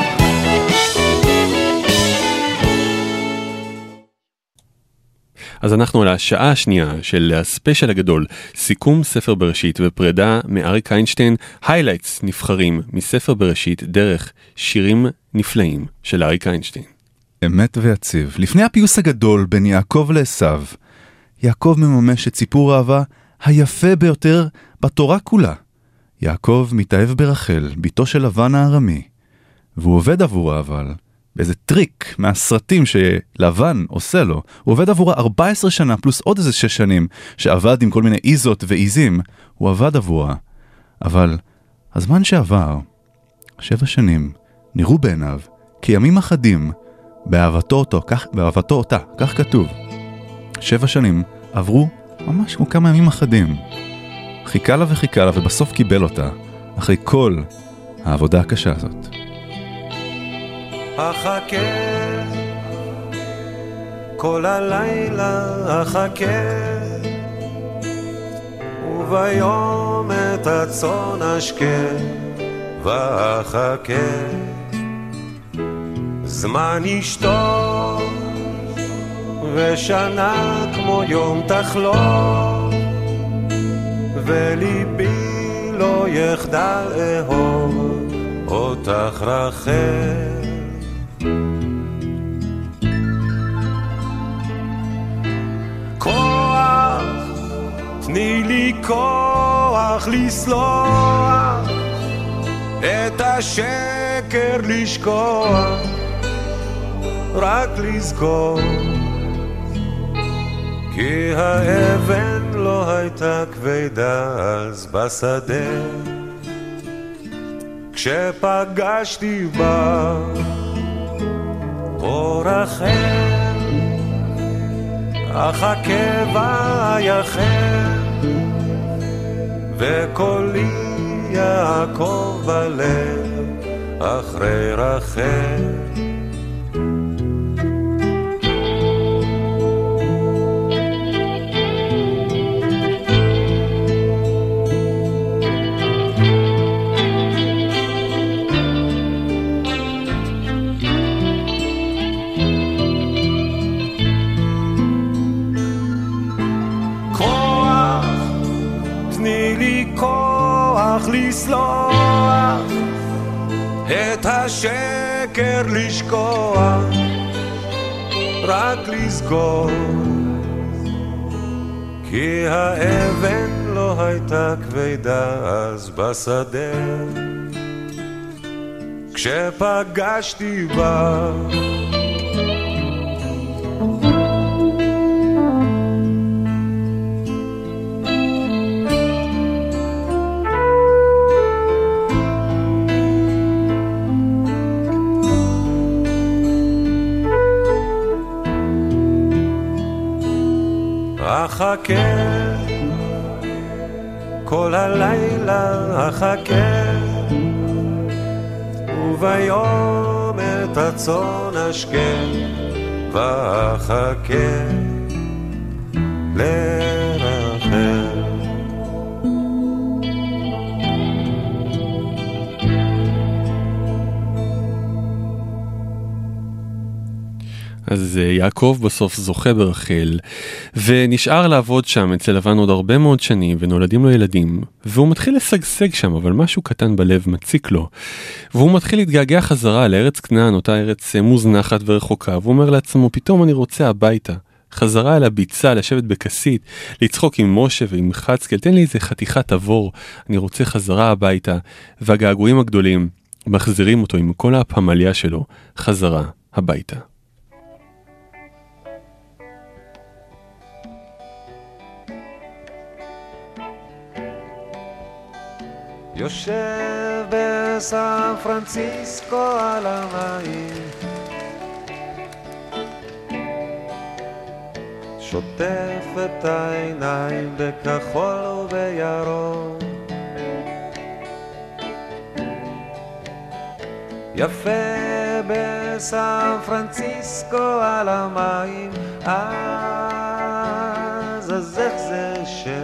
אז אנחנו על השעה השנייה של הספיישל הגדול, סיכום ספר בראשית ופרידה מאריק איינשטיין, היילייטס נבחרים מספר בראשית דרך שירים נפלאים של אריק איינשטיין. אמת ויציב. לפני הפיוס הגדול בין יעקב לעשיו, יעקב מממש את סיפור האהבה היפה ביותר בתורה כולה. יעקב מתאהב ברחל, ביתו של לבן הארמי, והוא עובד עבורה אבל, באיזה טריק מהסרטים שלבן עושה לו, הוא עובד עבורה 14 שנה פלוס עוד איזה 6 שנים שעבד עם כל מיני איזות ואיזים, הוא עבד עבורה. אבל הזמן שעבר, 7 שנים, נראו בעיניו כימים אחדים באהבתו אותה, כך כתוב. 7 שנים עברו ממש כמו כמה ימים אחדים. חיכה לה וחיכה לה ובסוף קיבל אותה, אחרי כל העבודה הקשה הזאת. אחכה כל הלילה אחכה וביום את הצאן אשקה ואחכה זמן ישתוק ושנה כמו יום תחלוף וליבי לא יחדל אהוב אותך רחל כוח, תני לי כוח לסלוח את השקר לשכוח רק לזכור כי האבן לא הייתה כבדה אז בשדה כשפגשתי בה אור אחר אחכה ויחל וקולי יעקב בלב אחרי רחל לסלוח את השקר לשכוח רק לזכור כי האבן לא הייתה כבדה אז בשדה כשפגשתי בה אחכה כל הלילה אחכה וביום את הצאן אשקה ואחכה לרחל אז יעקב בסוף זוכה ברחל, ונשאר לעבוד שם אצל לבן עוד הרבה מאוד שנים, ונולדים לו ילדים, והוא מתחיל לשגשג שם, אבל משהו קטן בלב מציק לו, והוא מתחיל להתגעגע חזרה לארץ כנען, אותה ארץ מוזנחת ורחוקה, והוא אומר לעצמו, פתאום אני רוצה הביתה, חזרה אל הביצה, לשבת בכסית, לצחוק עם משה ועם חצקל, תן לי איזה חתיכת עבור, אני רוצה חזרה הביתה, והגעגועים הגדולים מחזירים אותו עם כל הפמליה שלו, חזרה הביתה. יושב בסן פרנסיסקו על המים שוטף את העיניים בכחול ובירוק יפה בסן פרנסיסקו על המים אז איך זה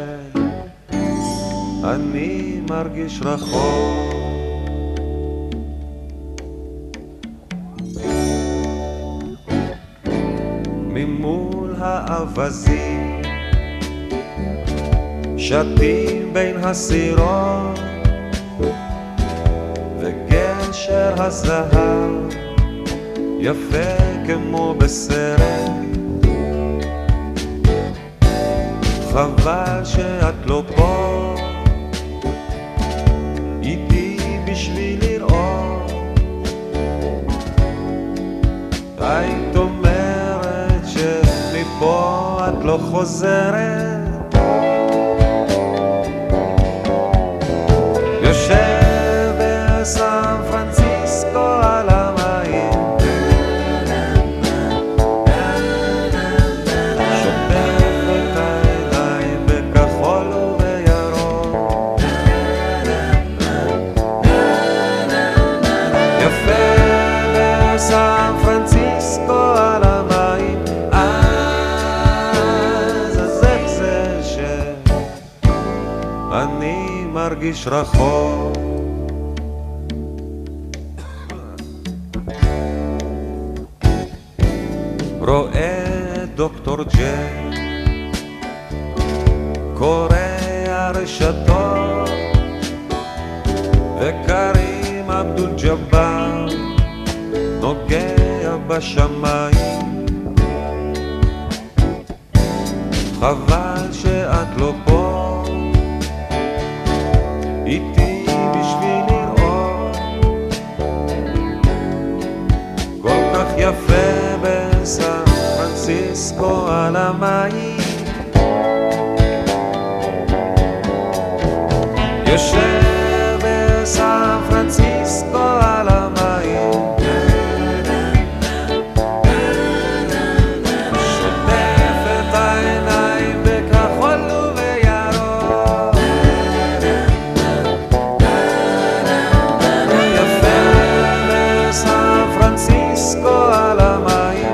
אני מרגיש רחוק ממול האבזים שתים בין הסירות וגשר הזהב יפה כמו בסרט חבל שאת לא פה איתי בשביל לראות היית אומרת שמפה את לא חוזרת יושב בסן פרנסיסקו על המים שוטף את העיניים בכחול ובירוק יפה בסן פרנסיסקו על המים אז איך זה שאני מרגיש רחוק רואה דוקטור ג'ק קורא הרשתות וקרים אבדול ג'בר נוגע בשמיים חבל שאת לא פה איתי בשביל לראות כל כך יפה בסן פרנסיסקו על המים יושב בסן פרנסיסקו על המים שוטף את העיניים בכחול ובירוק יפה בסן פרנסיסקו על המים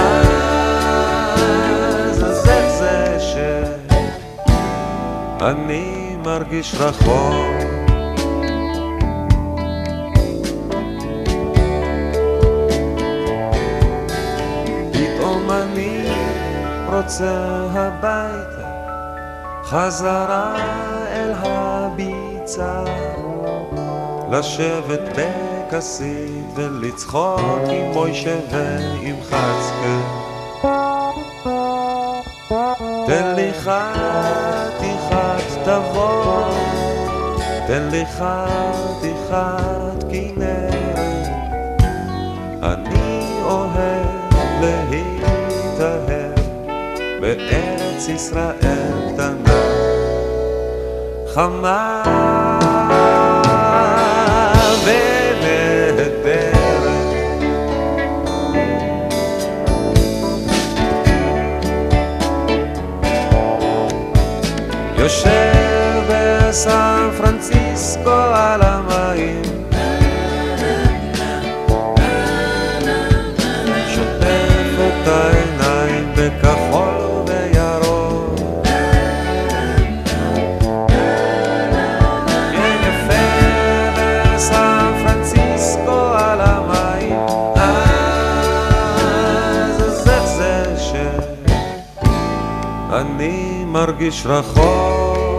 אז איך זה שאני מרגיש רחוק פתאום אני רוצה הביתה חזרה אל הביצה לשבת בכסית ולצחוק עם מוישה ועם חצקה תן לי חתיכת תבוא תן לי חתיכת כנרת אני אוהב להתאהב בארץ ישראל קטנה חמה ונהדרת יושב בסן פרנסיסקו על המים שוטף את העיניים בכחול ובירוק יפה בסן פרנסיסקו על המים אז איך זה שאני מרגיש רחוק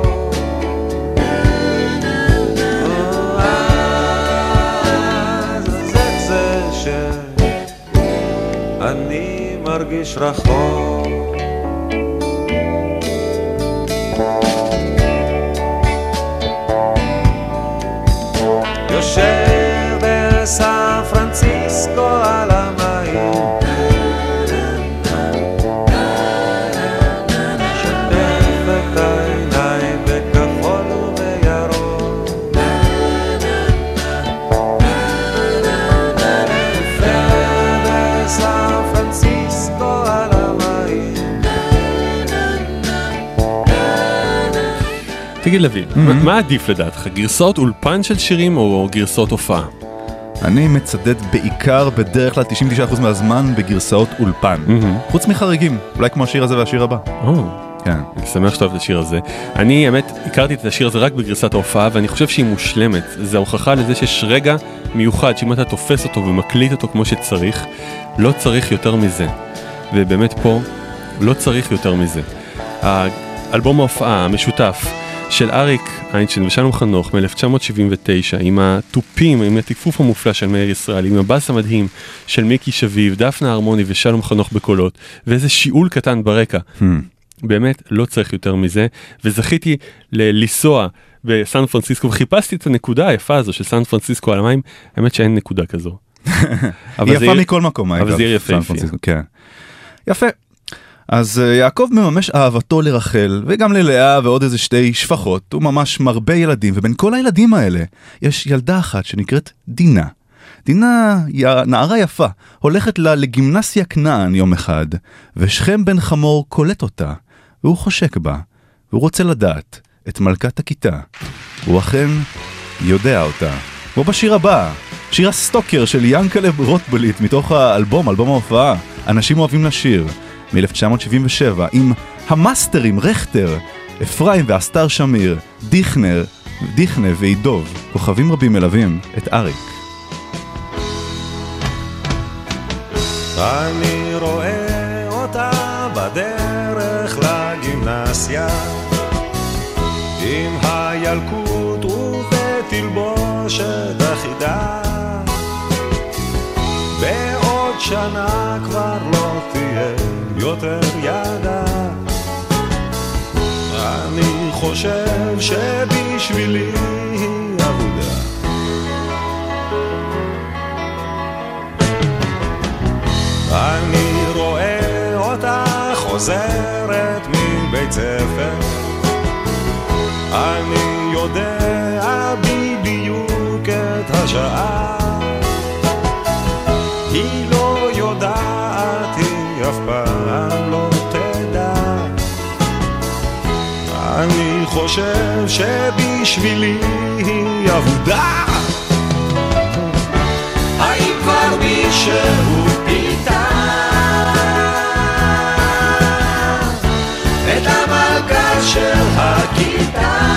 אני מרגיש רחוק יושב בסן פרנסיסקו על המים שוטף את העיניים בכחול ובירוק יפה בסן פרנסיסקו על המים תגיד לוי, מה עדיף לדעתך? גרסאות אולפן של שירים או גרסאות הופעה? אני מצדד בעיקר בדרך כלל 99% מהזמן בגרסאות אולפן. חוץ מחריגים, אולי כמו השיר הזה והשיר הבא. כן. אני שמח שאתה אוהב את השיר הזה. אני, האמת, הכרתי את השיר הזה רק בגרסת ההופעה, ואני חושב שהיא מושלמת. זה הוכחה לזה שיש רגע מיוחד, שאם אתה תופס אותו ומקליט אותו כמו שצריך, לא צריך יותר מזה. ובאמת פה, לא צריך יותר מזה. האלבום ההופעה המשותף של אריק איינשטיין ושלום חנוך מ-1979, עם הטופים, עם התקפוף המופלא של מאיר ישראל, עם הבאס המדהים של מיקי שביב, דפנה הרמוני ושלום חנוך בקולות, ואיזה שיעול קטן ברקע. באמת לא צריך יותר מזה, וזכיתי לנסוע בסן פרנסיסקו, וחיפשתי את הנקודה היפה הזו של סן פרנסיסקו על המים, האמת שאין נקודה כזו. היא יפה מכל מקום, אבל זה עיר יפה. יפה. אז יעקב מממש אהבתו לרחל, וגם ללאה ועוד איזה שתי שפחות, הוא ממש מרבה ילדים, ובין כל הילדים האלה יש ילדה אחת שנקראת דינה. דינה היא נערה יפה, הולכת לה לגימנסיה כנען יום אחד, ושכם בן חמור קולט אותה, והוא חושק בה, והוא רוצה לדעת את מלכת הכיתה. הוא אכן יודע אותה. כמו בשיר הבא, שיר הסטוקר של ינקלב רוטבליט, מתוך האלבום, אלבום ההופעה, אנשים אוהבים לשיר, מ-1977, עם המאסטרים רכטר, אפרים ואסתר שמיר, דיכנה ועידוב, כוכבים רבים מלווים את אריק. אני רואה אותה בדרך לגימנסיה, עם הילקוט ובתלבושת אחידה, בעוד שנה כבר לא תהיה יותר ידה. אני חושב שבשבילי היא עבודה. אני רואה אותה חוזרת מבית ספר, אני יודע בדיוק את השעה, היא לא יודעת, היא אף פעם לא תדע. אני חושב שבשבילי היא עבודה. האם כבר מישהו פיתה את המלכה של הכיתה?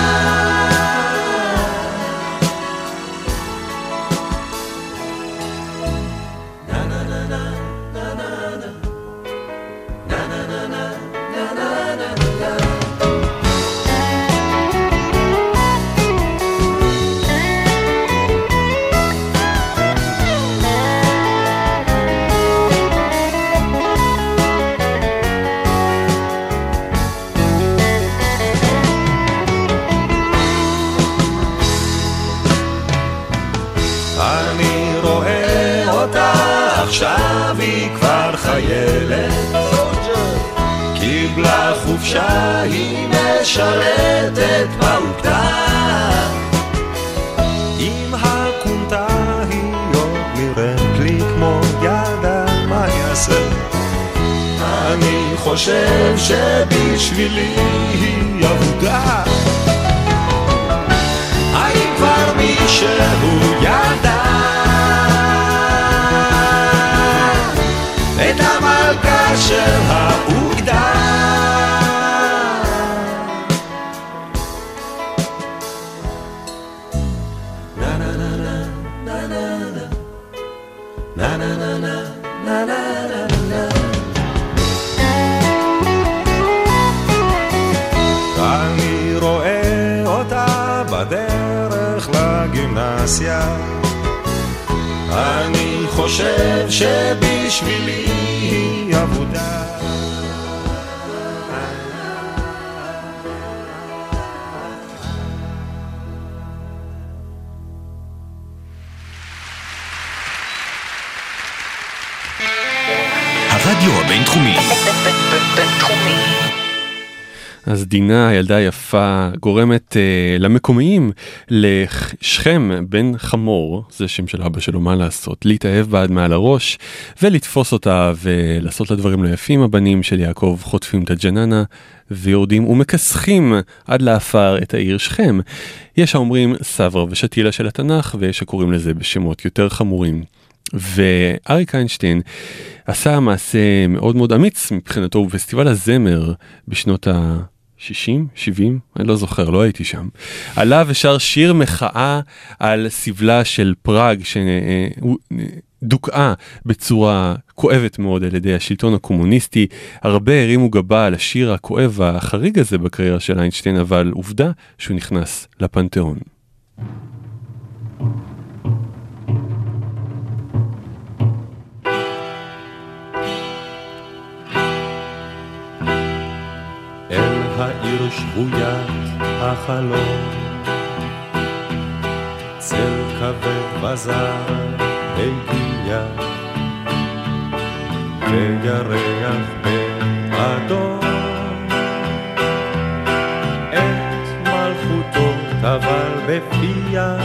עכשיו היא כבר חיילת, קיבלה חופשה, היא משרתת באוגדה. עם הקונטה היא עוד נראית לי כמו ילדה, מה יעשה? אני חושב שבשבילי היא עבודה. האם כבר מישהו ידע את המלכה של האוגדה? נה נה נה נה נה נה נה נה נה נה נה. אני רואה אותה בדרך לגימנסיה, אני חושב שבשבילי היא עבודה. הרדיו הבינתחומי. אז דינה, הילדה היפה, גורמת למקומיים, לשכם בן חמור, זה שם של אבא שלו, מה לעשות, להתאהב בה עד מעל הראש, ולתפוס אותה ולעשות לה דברים לא יפים. הבנים של יעקב חוטפים את הג'ננה, ויורדים ומכסחים עד לאפר את העיר שכם. יש האומרים סברה ושתילה של התנ"ך, ויש הקוראים לזה בשמות יותר חמורים. ואריק איינשטיין עשה מעשה מאוד מאוד אמיץ מבחינתו בפסטיבל הזמר בשנות ה-60, 70, אני לא זוכר, לא הייתי שם. עלה ושר שיר מחאה על סבלה של פראג שדוקעה בצורה כואבת מאוד על ידי השלטון הקומוניסטי. הרבה הרימו גבה על השיר הכואב החריג הזה בקריירה של איינשטיין, אבל עובדה שהוא נכנס לפנתיאון. אל העיר שבוית החלום, צל כבד וזר הגיע, וירח באדום, את מלכותו טבל בפיה,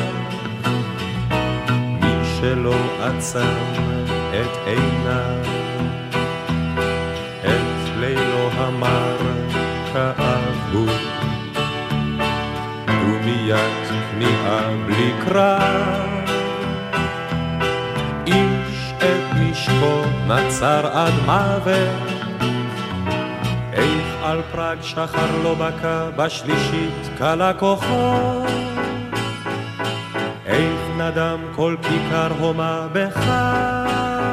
מי שלא עצם את עיניו, את לילו המר כאבו, דומיית כניעה בלי קרב, איש את נשקו נצר עד מוות, איך על פראג שחר לא בקע בשלישית קלה כוחו, איך נדם כל כיכר הומה בחג,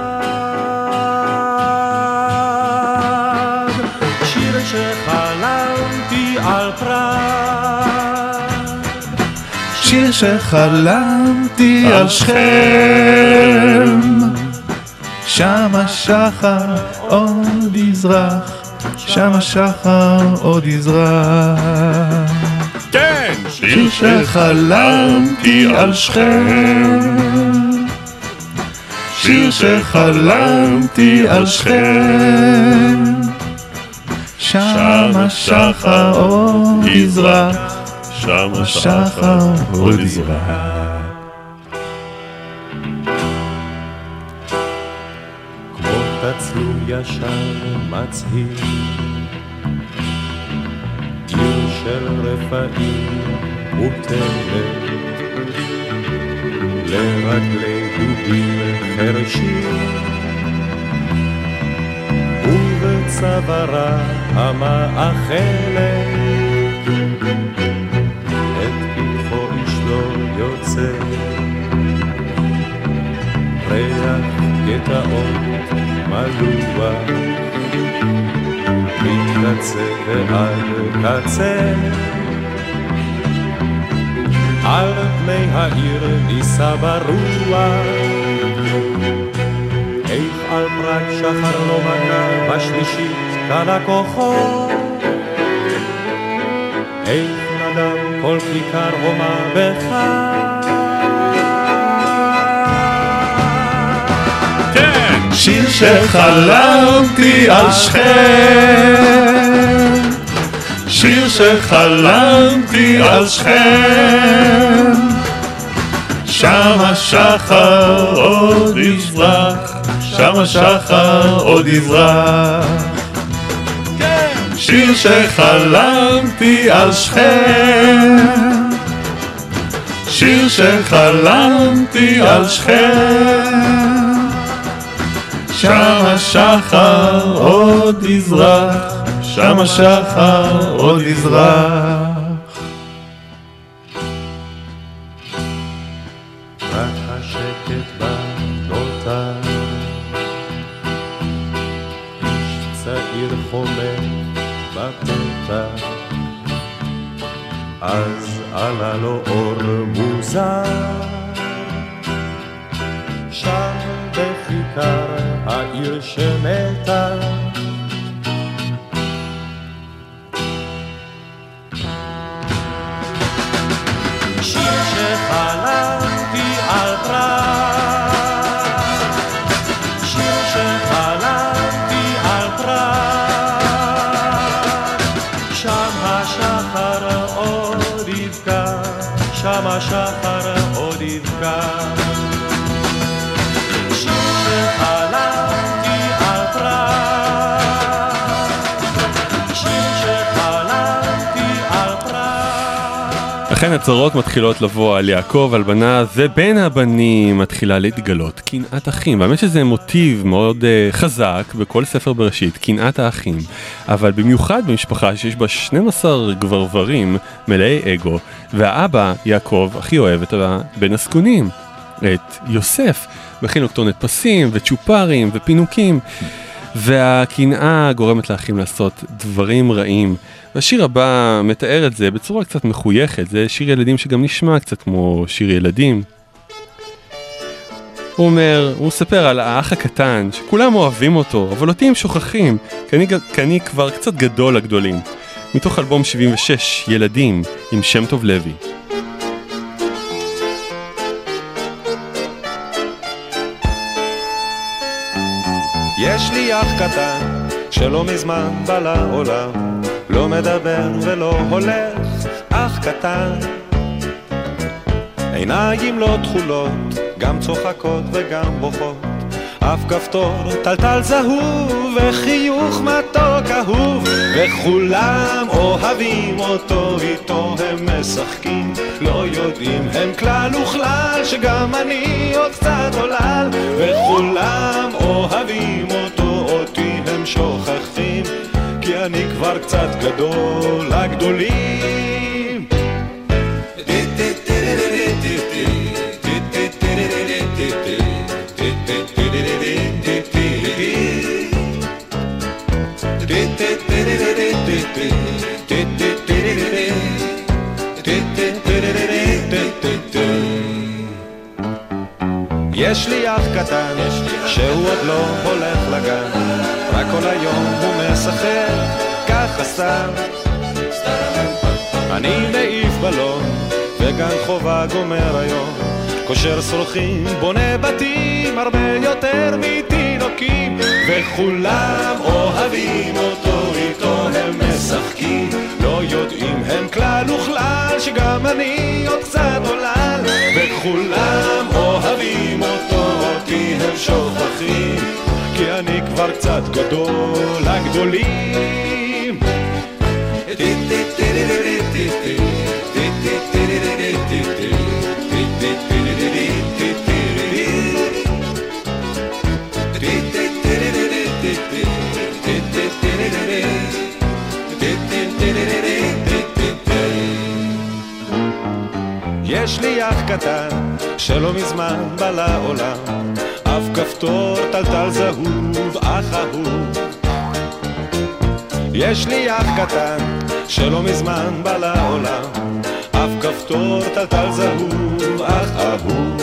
שיר שחלמתי על פראג, שיר שחלמתי על שכם, שם השחר עוד יזרח, שם השחר עוד יזרח. כן, שיר שחלמתי על שכם, שיר שחלמתי על שכם, שם השחר עוד יזרח, שם השחר עוד יזרח. כמו תצלום ישן מצהיר, עיר של רפאים מוטלת, לרגלי דובים חרשים, ובצווארה המאכלת, את פתחו איש לא יוצא, ריח גטאות מלוח, מקצה ועד קצה, על פני העיר ניסה ברוח, איך על פראג שחר לא מכה בשלישית קלה כוחו, איך נדם כל כיכר הומה בחג. כן, שיר שחלמתי על שכם, שיר שחלמתי על שכם, שם השחר עוד יזרח, שם השחר עוד יזרח. שיר שחלמתי על שכם, שיר שחלמתי על שכם, שם השחר עוד יזרח, שם השחר עוד יזרח. רק השקט בה נותר, איש צעיר חומר בפתח, אז עלה לו אור מוזר, שם בכיכר העיר שמתה, שיר שחלמתי על פראג, שיר שחלמתי על פראג, שם השחר עוד יבקע, שם השחר עוד יבקע, שיר שחלמתי על פראג, שיר שחלמתי על פראג. לכן הצרות מתחילות לבוא על יעקב, על בנה, ובין הבנים מתחילה להתגלות קנאת אחים. באמת שזה מוטיב מאוד חזק בכל ספר בראשית, קנאת האחים. אבל במיוחד במשפחה שיש בה 12 גברברים מלאי אגו, והאבא, יעקב, הכי אוהב את הבן הסקונים. את יוסף, מכין לו כתונת פסים וצ'ופרים ופינוקים, והקנאה גורמת לאחים לעשות דברים רעים. והשיר הבא מתאר את זה בצורה קצת מחויכת, זה שיר ילדים שגם נשמע קצת כמו שיר ילדים. הוא מספר על האח הקטן, שכולם אוהבים אותו, אבל אותי הם שוכחים, כי אני כבר קצת גדול לגדולים. מתוך אלבום 76, ילדים, עם שם טוב לוי. יש לי אח קטן שלא מזמן בא לעולם, לא מדבר ולא הולך, אח קטן, עיניים לא תכולות, גם צוחקות וגם בוכות, אף כפתור טלטל זהוב וחיוך מתוק אהוב, וכולם אוהבים אותו, איתו הם משחקים, לא יודעים הם כלל וכלל שגם אני עוד קצת עולל, וכולם אוהבים אותו, אותי הם שוכחים, כי אני כבר קצת גדול לגדולים. יש לי אח קטן שהוא עוד לא הולך לגן, רק כל היום הוא משחק ככה סתם, אני מעיף בלון וגן חובה גומר היום, כושר סולחים בונה בתים הרבה יותר מתינוקים, וכולם אוהבים אותו, איתו הם משחקים, לא יודעים הם כלל וכלל שגם אני עוד קצת עולל, וכולם אוהבים אותו, אותי הם שוכחים, כי אני כבר קצת גדול לגדולים. יש לי אח קטן שלא מזמן בא לעולם, אף כפתור טלטל זהוב, אח אהוב. יש לי אח קטן שלא מזמן בא לעולם, אף כפתור טלטל זהוב, אח אהוב.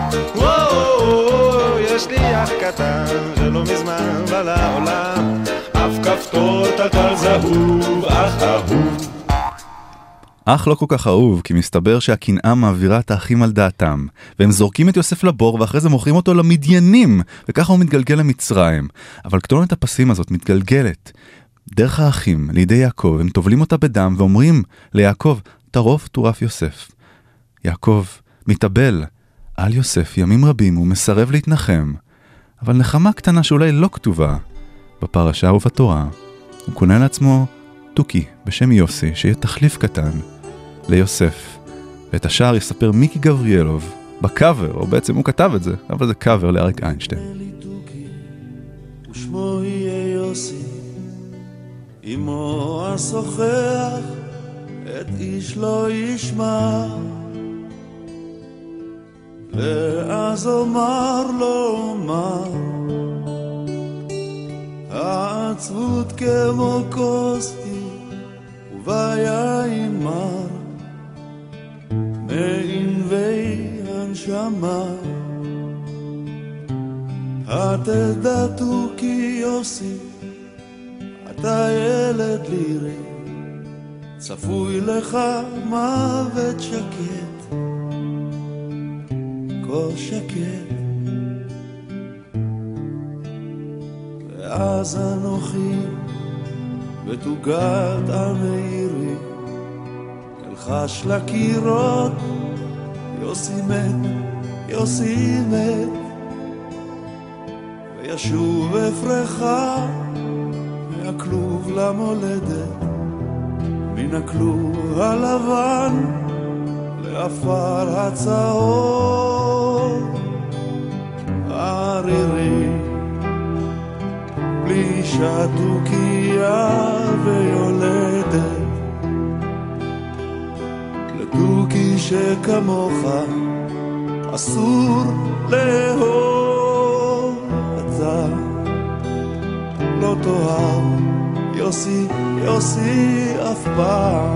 יש לי אח קטן שלא מזמן בא לעולם, אף כפתור טלטל זהוב, אח אהוב. אח לא כל כך אהוב, כי מסתבר שהקנאה מעבירה את האחים על דעתם, והם זורקים את יוסף לבור, ואחרי זה מוכרים אותו למדיינים, וככה הוא מתגלגל למצרים. אבל כתונת הפסים הזאת מתגלגלת דרך האחים לידי יעקב, הם טובלים אותה בדם ואומרים ליעקב, טרוף טורף יוסף. יעקב מתאבל על יוסף ימים רבים, הוא מסרב להתנחם, אבל נחמה קטנה שאולי לא כתובה בפרשה ובתורה, הוא קונה לעצמו תוכי בשם יוסי, שיהיה תחליף קטן ליוסף. ואת השער יספר מיקי גבריאלוב בקאבר, או בעצם הוא כתב את זה, אבל זה קאבר לאריק איינשטיין. ושמו יהיה יוסי, אמו השוחח, את איש לא ישמע, ואז אומר לו אומר, העצבות כמו כוסי וביין מר, מענבי הנשמה, התדעתו כי יוסי אתה ילד לירי, צפוי לך מוות שקט, כה שקט. ואז אנוכי בתוגת המאירי, אלחש לקירות, יוסי מת, יוסי מת, וישוב אפרחה מהכלוב למולדת, מן הכלוב הלבן לאפר הצהוב ערירי, בלי שתוקיה ויולדת, לתוקי שכמוך אסור לאהוב, אתה לא תאהב, יוסי, יוסי אף פעם.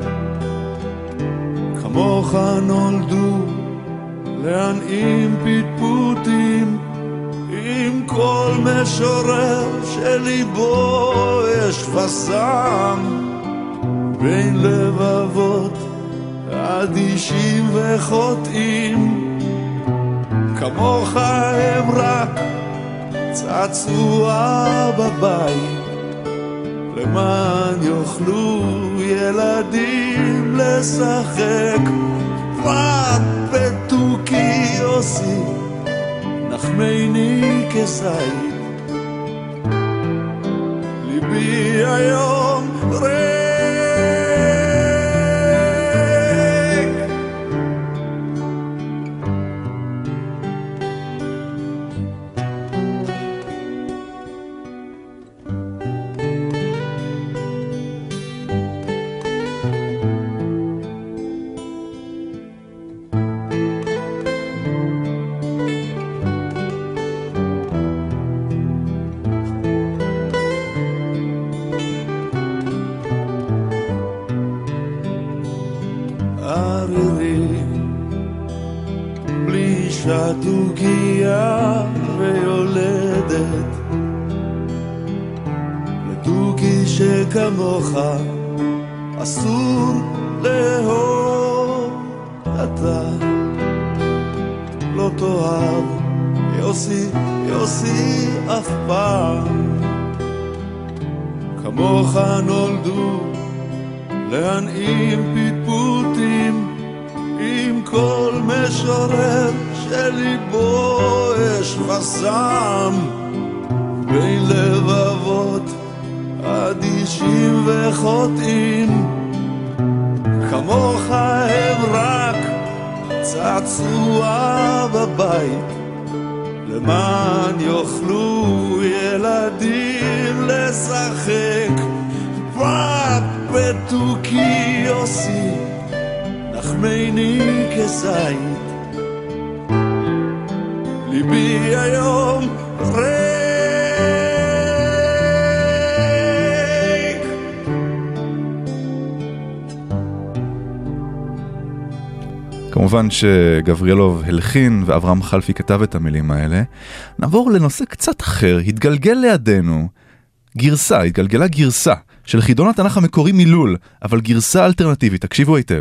כמוך נולדו להנעים פטפוטים, עם כל משורר שליבו אש ושם, בין לבבות אדישים וחוטאים. כמוך הם רק צעצוע בבית, למען יוכלו ילדים לשחק. פתוקי יוסי נחמני כזית, ליבי היום ריק. דוגיה ויולדת, לדוגי שכמוך אסור לאהוב, אתה לא תאהב, יוסי, יוסי אף פעם. כמוך נולדו להנעים פטפוטים, עם כל משורר שליבו אש ושם, בין לבבות אדישים וחוטאים. כמוך הם רק צעצוע בבית, למען יוכלו ילדים לשחק. פתוקי יוסי נחמני כזית, ליבי היום ריק. כמובן שגבריאלוב הלחין ואברהם חלפי כתב את המילים האלה. נעבור לנושא קצת אחר. התגלגל לידינו התגלגלה גרסה של חידון התנ"ך המקורי מילול, אבל גרסה אלטרנטיבית. תקשיבו היטב.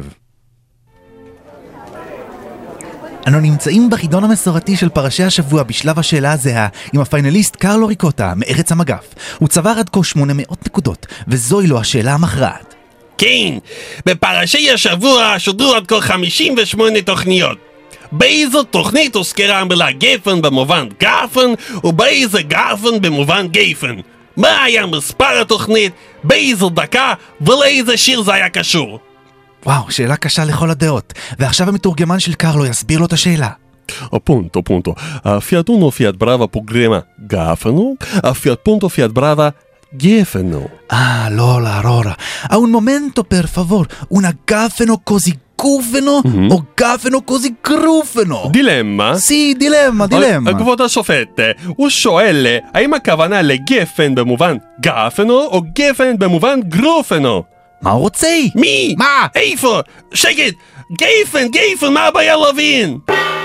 אנו נמצאים בחידון המסורתי של פרשי השבוע בשלב השאלה הזהה עם הפיינליסט קרלו ריקוטה מארץ המגף. הוא צבר עד כה 800 נקודות, וזוהי לו השאלה המכרעת. כן, בפרשי השבוע שודרו עד כה 58 תוכניות. באיזו תוכנית הוזכרה המילה גפן במובן גפן, ובאיזה גפן במובן גפן? מה היה מספר התוכנית, באיזו דקה ולאיזה שיר זה היה קשור? וואו, שאלה קשה לכל הדעות. ועכשיו המתורגמן של קרלו יסביר לו את השאלה. Appunto. Fiat 1 Fiat Brava programma Gafano, Fiat punto Fiat Brava Gefano. Ah, Lola, Aurora. A un momento, per favor. Una gafeno così gufeno o gafeno così grufeno? דילמה? sì, דילמה. כבוד השופט, הוא שואל, האם הכוונה לגפן במובן גפנו או גפן במובן גרופנו? מה הוא רוצה? מי? מה? איפה? שקט! גפן, מה הבעיה להבין?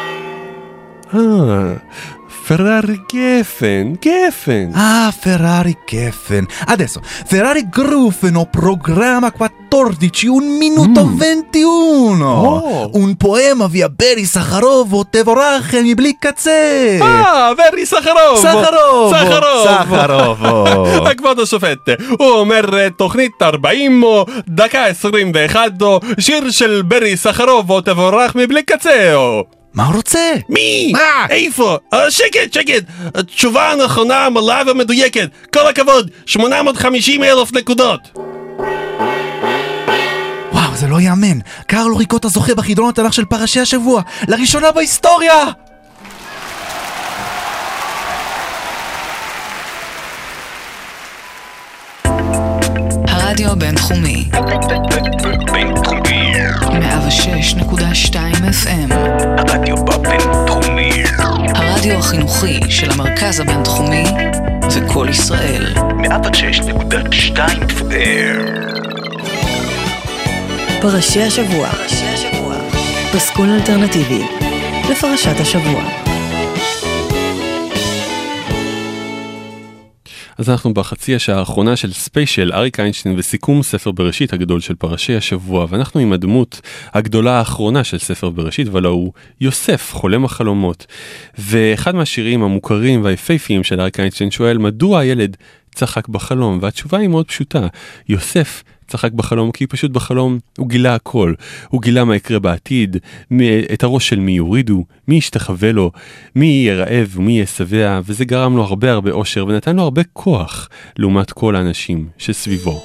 Ferrari Geffen. Ah, Ferrari Geffen. Adesso, Ferrari Grufeno, programma 14, 1 minuto 21. Oh. Un poema via Beri Sakharov, Tevorachem מבלי קצה. ברי סחרוב. סחרוב. כבוד השופט, הוא אומר תוכנית 40 או דקה 21 או שיר של ברי סחרוב או תבורך מבלי קצה או... מה הוא רוצה? מי? מה? איפה? שקט. התשובה הנכונה, מלאה ומדויקת. כל הכבוד, 850,000 נקודות. וואו, זה לא יאמן. קרלו ריקוטה זוכה בחידון התנ"ך של פרשי השבוע, לראשונה בהיסטוריה! הרדיו בינתחומי. בינתחומי. 106.2 FM. הרדיו בבינתחומי. הרדיו החינוכי של המרכז הבינתחומי וכל ישראל. 106.2 FM. פרשי השבוע. פסקול אלטרנטיבי לפרשת השבוע. אז אנחנו בחצי השעה האחרונה של ספיישל אריק איינשטיין וסיכום ספר בראשית הגדול של פרשי השבוע, ואנחנו עם הדמות הגדולה האחרונה של ספר בראשית, ולא הוא יוסף, חולם החלומות. ואחד מהשירים המוכרים והיפהפיים של אריק איינשטיין שואל, מדוע הילד צחק בחלום? והתשובה היא מאוד פשוטה, יוסף צחק בחלום כי פשוט בחלום הוא גילה הכל. הוא גילה מה יקרה בעתיד, את הראש של מי יורידו, מי ישתחווה לו, מי יהיה רעב ומי יהיה שבע, וזה גרם לו הרבה אושר ונתן לו הרבה כוח לעומת כל האנשים שסביבו.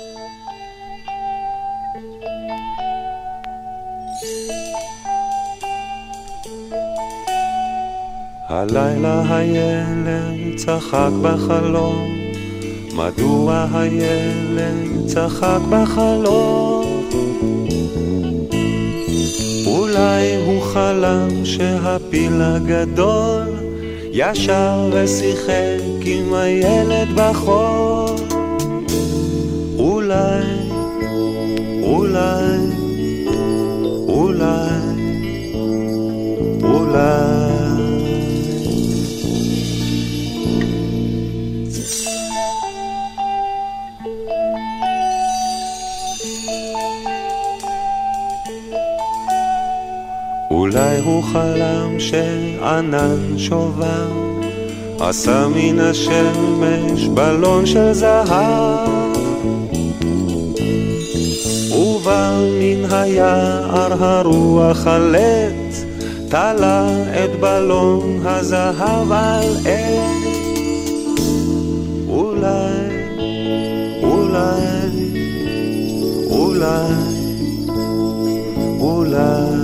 הלילה הילד צחק בחלום, מדוע הילד צחק בחלום? אולי הוא חלם שהפיל הגדול ישר ושיחק עם הילד בחול. אולי, אולי, אולי, אולי אולי הוא חלם שענן שובר עשה מן השמש בלון של זהב, ובא מן היער הרוח הלט תלה את בלון הזהב על עת. אולי, אולי, אולי, אולי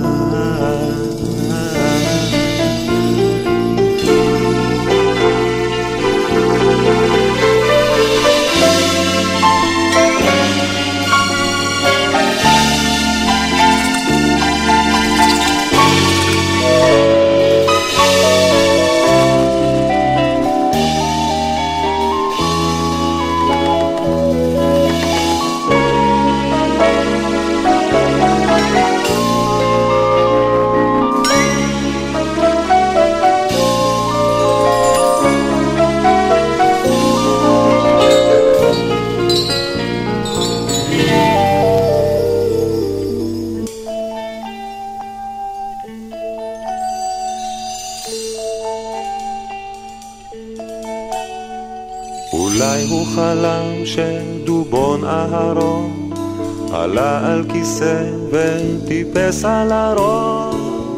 אולי הוא חלם שדובון אהרון עלה על כיסא וטיפס על הראש,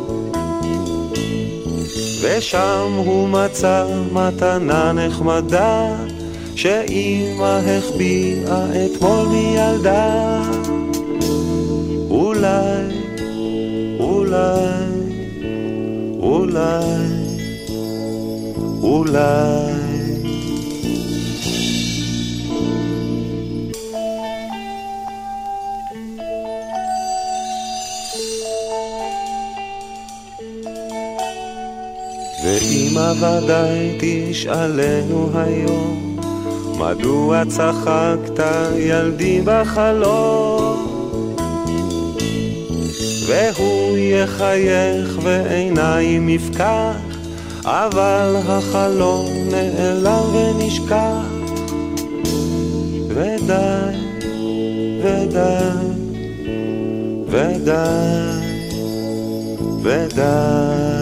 ושם הוא מצא מתנה נחמדה שאמא החביאה אתמול מילדה. אולי, אולי, אולי, אולי ואמא ודאי תשאלנו היום, מדוע צחקת ילדי בחלום? והוא יחייך ועיניים יפקח, אבל החלום נעלם ונשכח. ודי, ודי, ודי, ודי.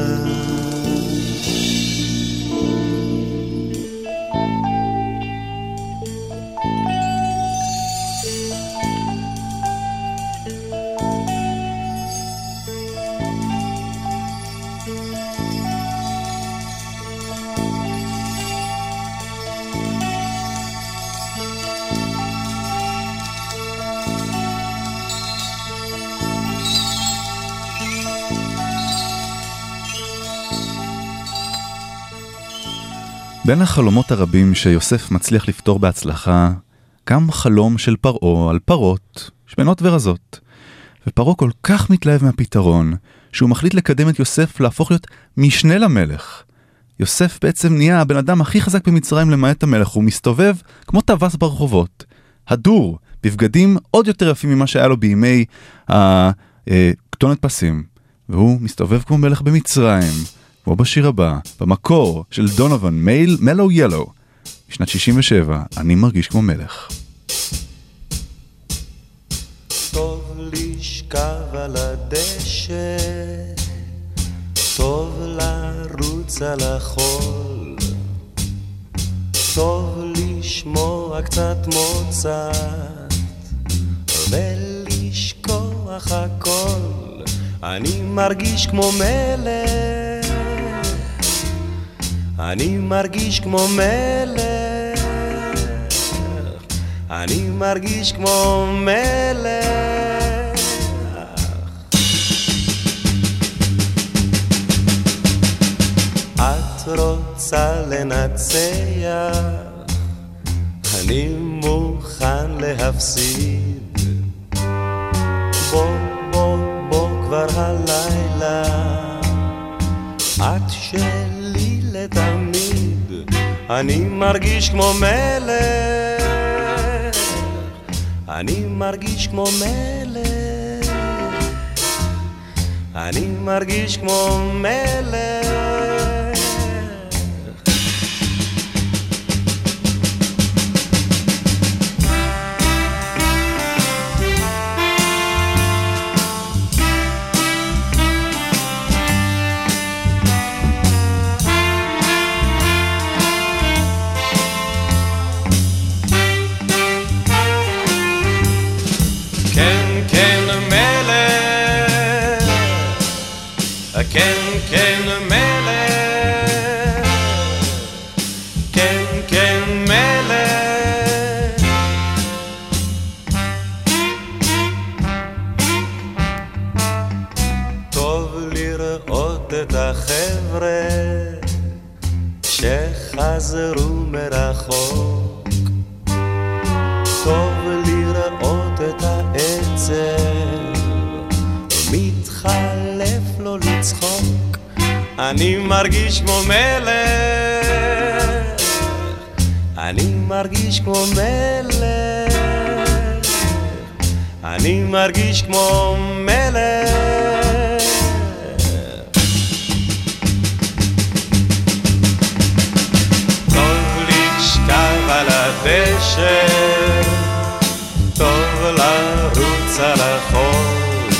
בין החלומות הרבים שיוסף מצליח לפתור בהצלחה, גם חלום של פרעה על פרות, שמנות ורזות. ופרעה כל כך מתלהב מהפתרון, שהוא מחליט לקדם את יוסף להפוך להיות משנה למלך. יוסף בעצם נהיה הבן אדם הכי חזק במצרים למעט המלך, הוא מסתובב כמו טווס ברחובות, הדור, בבגדים עוד יותר יפים ממה שהיה לו בימי כתונת פסים, והוא מסתובב כמו מלך במצרים, כמו בשיר הבא, במקור של דונובן, מלו ילו, בשנת 67, אני מרגיש כמו מלך. טוב לשכב על הדשא, טוב לרוץ על החול, טוב לשמוע קצת מוצאת ולשכוח הכל. אני מרגיש כמו מלך, אני מרגיש כמו מלך, אני מרגיש כמו מלך. את רוצה לנצח, אני מוכן להפסיד. בוא בוא בוא כבר הלילה, את שלי לתמיד. אני מרגיש כמו מלך, אני מרגיש כמו מלך, אני מרגיש כמו מלך. כן, כן מלך, כן, כן מלך. טוב לראות את החבר'ה שחזרו מרחוק, טוב לראות את העצב מתחלף לו לצחוק. אני מרגיש כמו מלך, אני מרגיש כמו מלך, אני מרגיש כמו מלך. טוב לשכב על הדשא, טוב לרוץ על החול,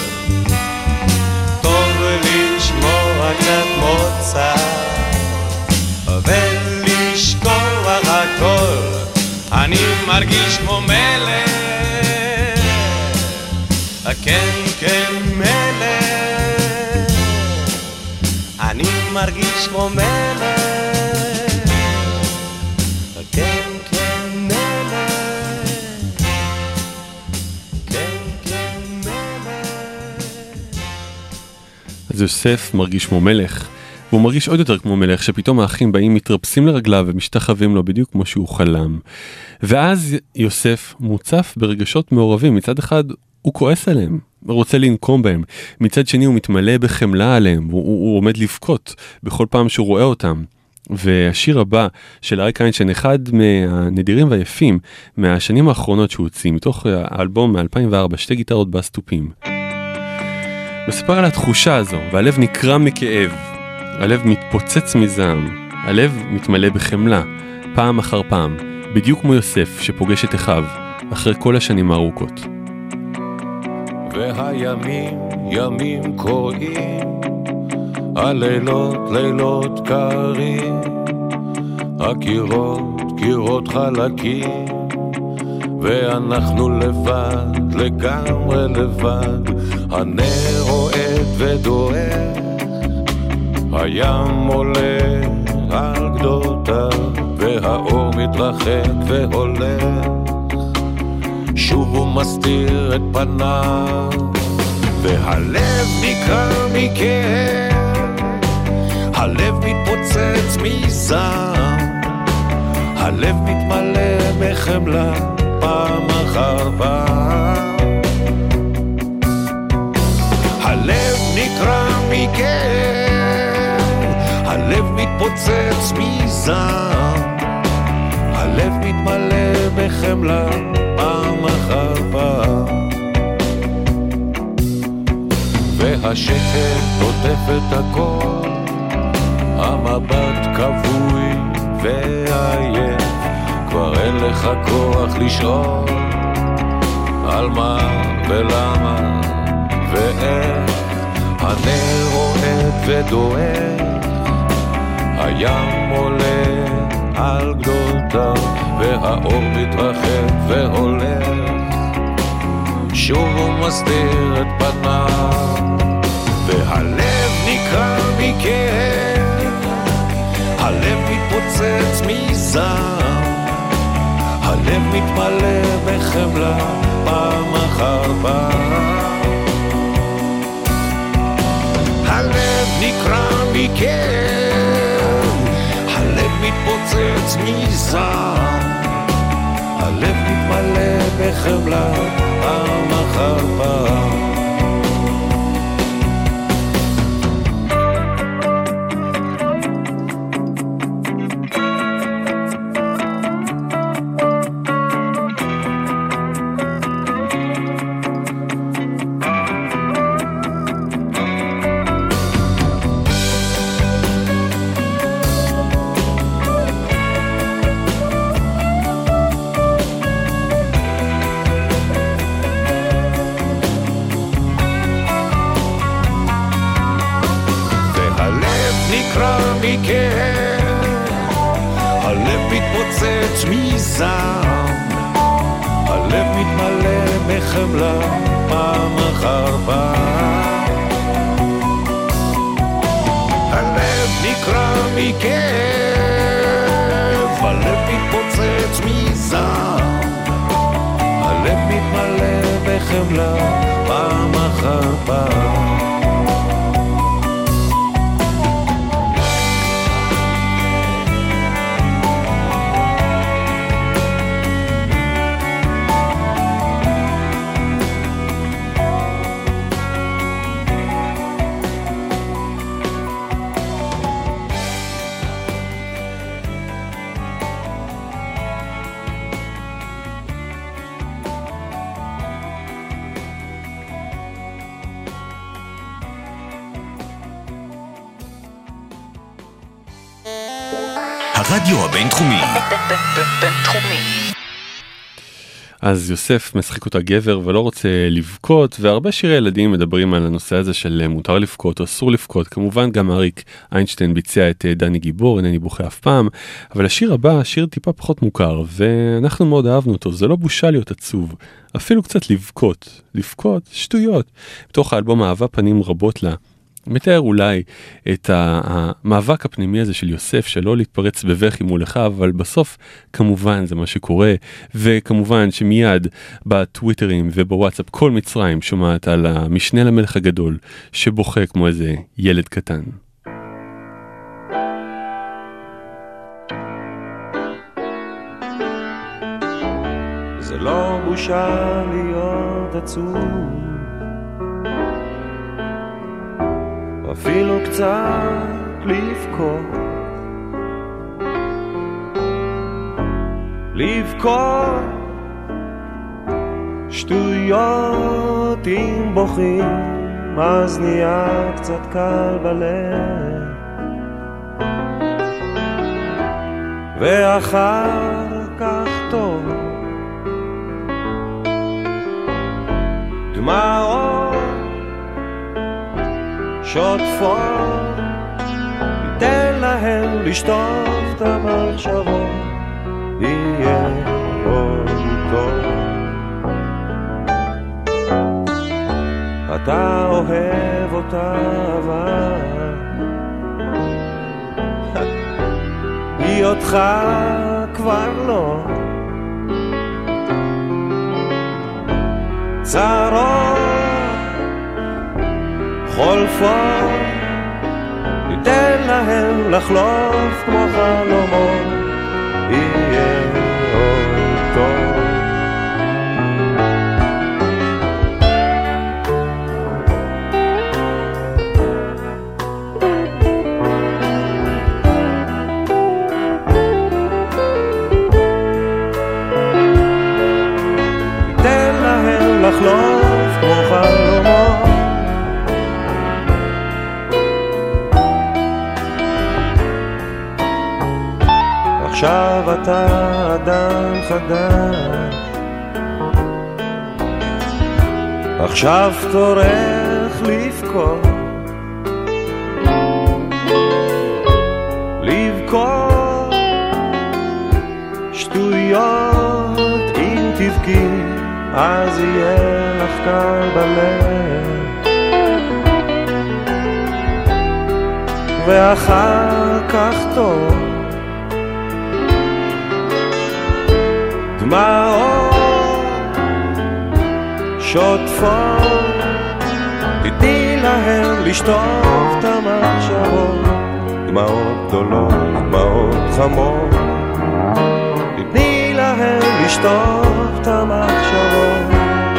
קצת מוצאת ולשכוח הכל. אני מרגיש כמו מלך, כן כן מלך, אני מרגיש כמו מלך, כן כן מלך, כן כן מלך. אז יוסף מרגיש כמו מלך, והוא מרגיש עוד יותר כמו מלך, שפתאום האחים באים, מתרפסים לרגליו ומשתחווים לו בדיוק כמו שהוא חלם. ואז יוסף מוצף ברגשות מעורבים. מצד אחד הוא כועס עליהם, הוא רוצה לנקום בהם, מצד שני הוא מתמלא בחמלה עליהם, הוא עומד לבכות בכל פעם שהוא רואה אותם. והשיר הבא של אריק איינשטיין, אחד מהנדירים והיפים מהשנים האחרונות שהוא הוציא, מתוך האלבום מ-2004, שתי גיטרות בס תופים. מספר על התחושה הזו, והלב נקרע מכאב, הלב מתפוצץ מזעם, הלב מתמלא בחמלה, פעם אחר פעם, בדיוק כמו יוסף שפוגש את אחיו, אחרי כל השנים הארוכות. והימים ימים קוראים, הלילות לילות קרים, הקירות קירות חלקים, ואנחנו לבד, לגמרי לבד. הנר רועד ודועך, הים עולה על גדותיו, והאור מתרחק והולך, שוב הוא מסתיר את פניו, והלב נקרע מכאב, הלב מתפוצץ מזעם, הלב מתמלא מחמלה פעם אחר פעם. מתפוצץ מזעם, הלב מתמלא בחמלה פעם אחר פעם, והשקט עוטף את הכל, המבט כבוי ועייף, כבר אין לך כוח לשאול על מה ולמה ואיך. הנר רועד ודואג, הים עולה על גדולתיו, והאור מתרחב והולך, שוב הוא מסתיר את פניו, והלב נקרע מכאב, הלב מתפוצץ מזעם, הלב מתמלא בחמלה פעם אחר פעם, הלב נקרע מכאב, הלב מתפוצץ מזעם, הלב מתמלא בחמלה פעם אחר פעם. הלב מתפוצץ מזעם, הלב מתמלא בחמלה פעם אחר פעם, הלב נקרע מכאב, הלב מתפוצץ מזעם, הלב מתמלא בחמלה פעם אחר פעם. הרדיו הבינתחומי. בינתחומי. אז יוסף משחק אותה גבר ולא רוצה לבכות, והרבה שירי ילדים מדברים על הנושא הזה של מותר לבכות או אסור לבכות. כמובן גם אריק איינשטיין ביצע את דני גיבור, אינני בוכה אף פעם, אבל השיר הבא, שיר טיפה פחות מוכר, ואנחנו מאוד אהבנו אותו. זה לא בושה להיות עצוב, אפילו קצת לבכות, שטויות. בתוך האלבום אהבה פנים רבות לה, מתאר אולי את המאבק הפנימי הזה של יוסף, שלא להתפרץ בבכי מול אחיו, אבל בסוף כמובן זה מה שקורה, וכמובן שמיד בטוויטרים ובוואטסאפ כל מצרים שומעת על המשנה למלך הגדול שבוכה כמו איזה ילד קטן. זה לא בושה להיות עצוב, אפילו קצת לבכות שטויות אם בוכים, אז נהיה קצת קל בלב, ואחר כך טוב דמעות שוטפות, ניתן להם לשטוף את המחשבות, יהיה עוד טוב. אתה אוהב אותה אבל היא אותך כבר לא, צרות חולפות, ניתן להם לחלוף כמו חלומות, יהיה עוד טוב. לחלוף כמו חלומות. עכשיו אתה אדם חדש, עכשיו תורך לבכות, לבכות שטויות. אם תבכי אז יהיה לך קל בלב, ואחר כך טוב דמעות שוטפות, תתני להם לשטוף את המחשבות. דמעות גדולות, דמעות חמות, תתני להם לשטוף את המחשבות.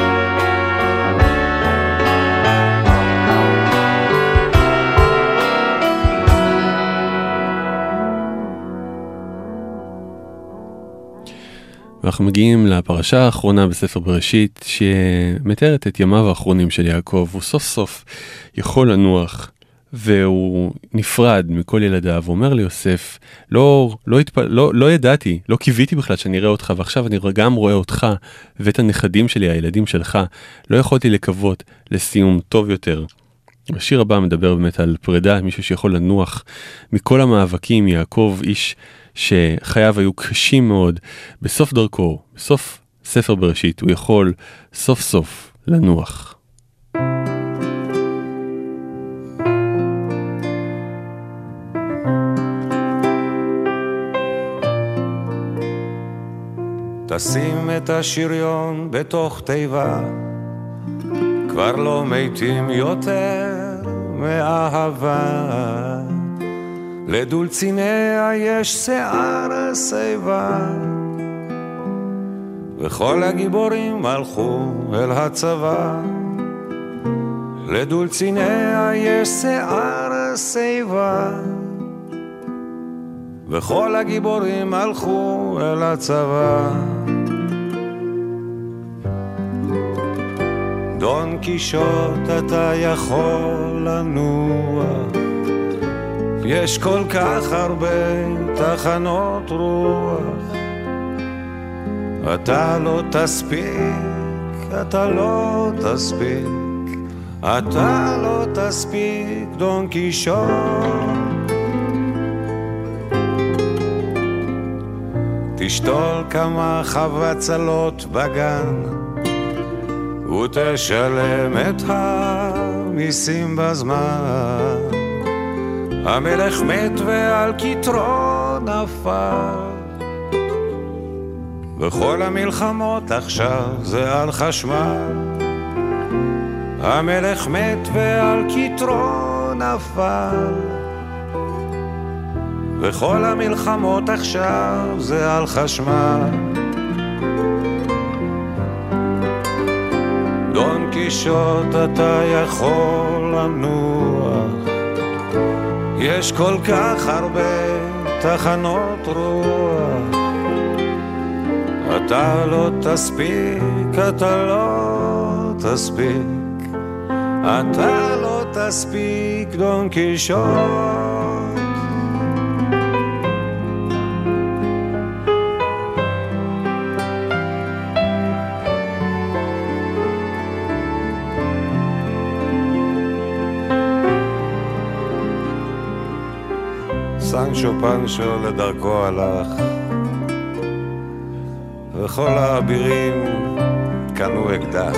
ואנחנו מגיעים לפרשה האחרונה בספר בראשית, שמתארת את ימיו האחרונים של יעקב. הוא סוף סוף יכול לנוח, והוא נפרד מכל ילדיו. הוא אומר ליוסף, לא ידעתי, לא קיוויתי בכלל שאני אראה אותך, ועכשיו אני גם רואה אותך ואת הנכדים שלי, הילדים שלך. לא יכולתי לקוות לסיום טוב יותר. השיר הבא מדבר באמת על פרידה, מישהו שיכול לנוח מכל המאבקים. יעקב, איש שחייו היו קשים מאוד, בסוף דרכו, בסוף ספר בראשית, הוא יכול סוף סוף לנוח. תשים את השריון בתוך תיבה, כבר לא מתים יותר מאהבה. לדולציניה יש שיער שיבה, וכל הגיבורים הלכו אל הצבא. לדולציניה יש שיער שיבה, וכל הגיבורים הלכו אל הצבא. דון קישוט אתה יכול לנוח, יש כל כך הרבה תחנות רוח. אתה לא תספיק, אתה לא תספיק, אתה לא תספיק דון קישוט. תשתול כמה חבצלות בגן, ותשלם את המיסים בזמן. המלך מת ועל כתרו נפל, וכל המלחמות עכשיו זה על חשמל. המלך מת ועל כתרו נפל, וכל המלחמות עכשיו זה על חשמל. דון קישוט אתה יכול לנוח, יש כל כך הרבה תחנות רוח. אתה לא תספיק, אתה לא תספיק, אתה לא תספיק דון קישוט. סנצ'ו פנצ'ו לדרכו הלך, וכל האבירים קנו אקדח.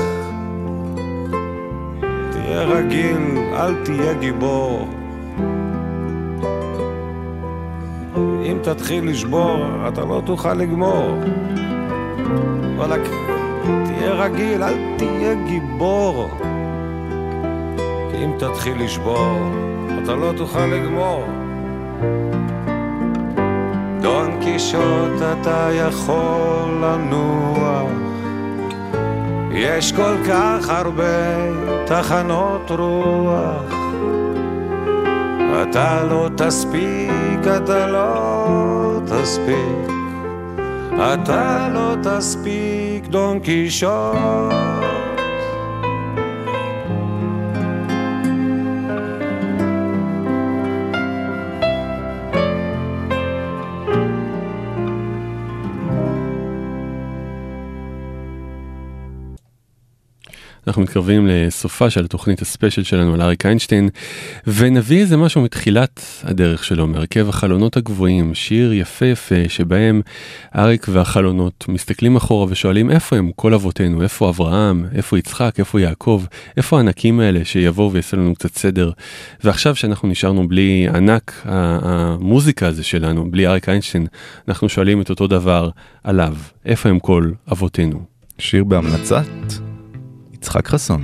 תהיה רגיל, אל תהיה גיבור, אם תתחיל לשבור אתה לא תוכל לגמור. וואלק, תהיה רגיל, אל תהיה גיבור, כי אם תתחיל לשבור אתה לא תוכל לגמור. דון קישוט אתה יכול לנוח, יש כל כך הרבה תחנות רוח. אתה לא תספיק, אתה לא תספיק, אתה לא תספיק דון קישוט. אנחנו מתקרבים לסופה של התוכנית הספיישל שלנו על אריק איינשטיין, ונביא איזה משהו מתחילת הדרך שלו, מהרכב החלונות הגבוהים, שיר יפה יפה שבהם אריק והחלונות מסתכלים אחורה ושואלים איפה הם כל אבותינו, איפה אברהם, איפה יצחק, איפה יעקב, איפה הענקים האלה שיבואו ויעשו לנו קצת סדר. ועכשיו שאנחנו נשארנו בלי ענק המוזיקה הזה שלנו, בלי אריק איינשטיין, אנחנו שואלים את אותו דבר עליו, איפה הם כל אבותינו. שיר בהמלצת יצחק חסון.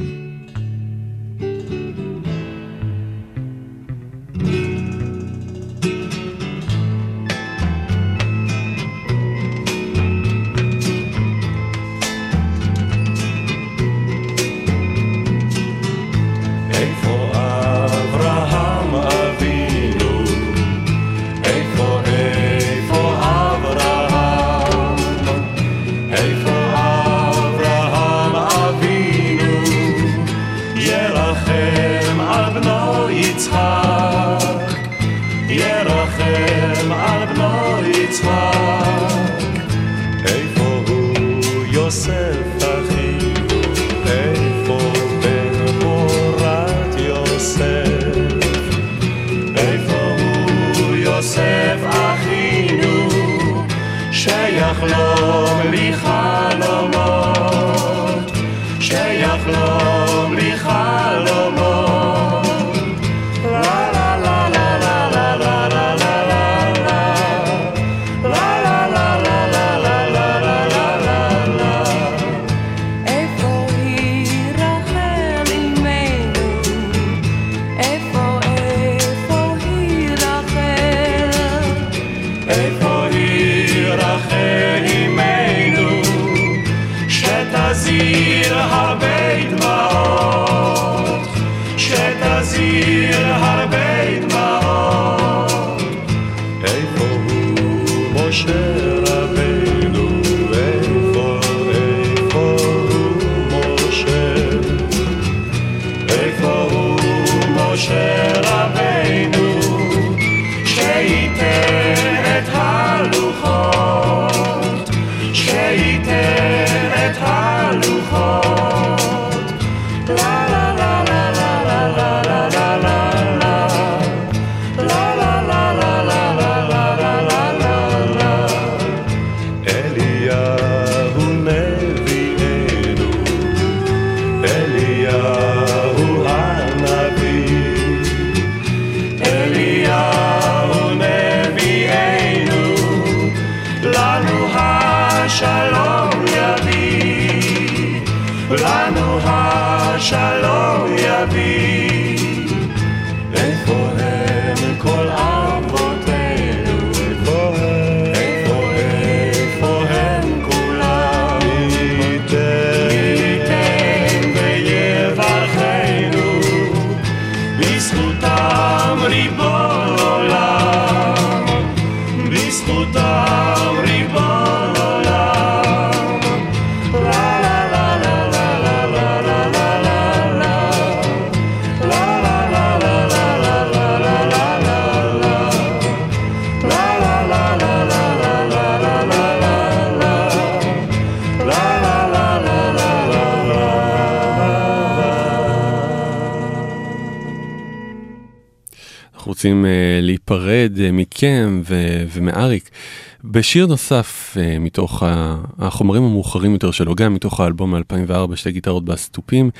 רוצים להיפרד מכם ומאריק בשיר נוסף מתוך החומרים המאוחרים יותר שלו, גם מתוך האלבום מ-2004 שתי גיטרות בסטופים,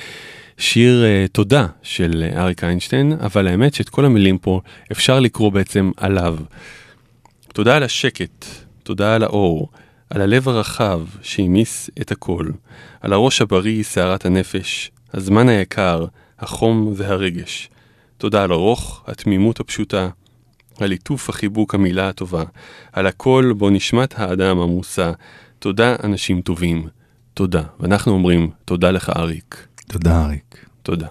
שיר תודה של אריק איינשטיין, אבל האמת שאת כל המילים פה אפשר לקרוא בעצם עליו. תודה על השקט, תודה על האור, על הלב הרחב שהמיס את הכל, על הראש הבריא, שערת הנפש, הזמן היקר, החום והרגש. תודה על הרוח, התמימות הפשוטה, הליטוף, החיבוק, המילה הטובה, על הכל בו נשמת האדם עמוסה. תודה אנשים טובים, תודה. ואנחנו אומרים תודה לך אריק. תודה אריק. תודה.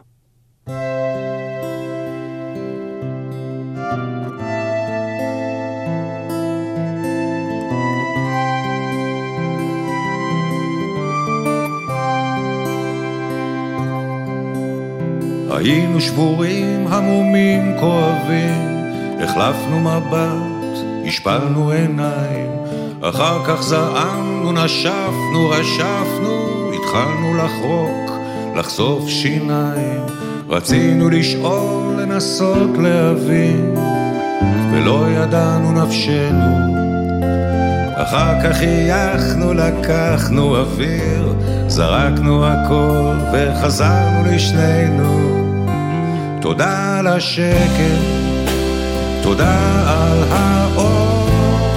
היינו שבורים, המומים, כואבים, החלפנו מבט, השפלנו עיניים, אחר כך זעמנו, נשפנו, רשפנו, התחלנו לחרוק, לחשוף שיניים, רצינו לשאול, לנסות להבין, ולא ידענו נפשנו. אחר כך חייכנו, לקחנו אוויר, זרקנו הכל וחזרנו לשנינו. תודה על השקט, תודה על האור,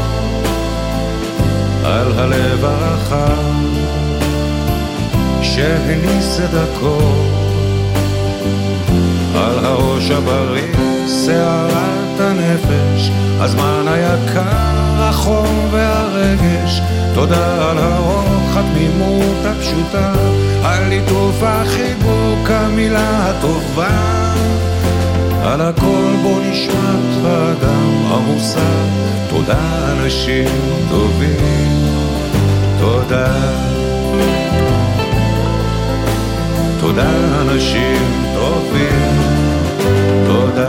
על הלב הרחב שהניס את הכל, על הראש הבריא, שערת הנפש, הזמן היקר, החום והרגש. תודה על הרוח, התמימות הפשוטה, על ליטוף החיבוק, המילה הטובה, על הכל בו נשמת האדם המוסר. תודה אנשים טובים, תודה, תודה אנשים טובים, תודה.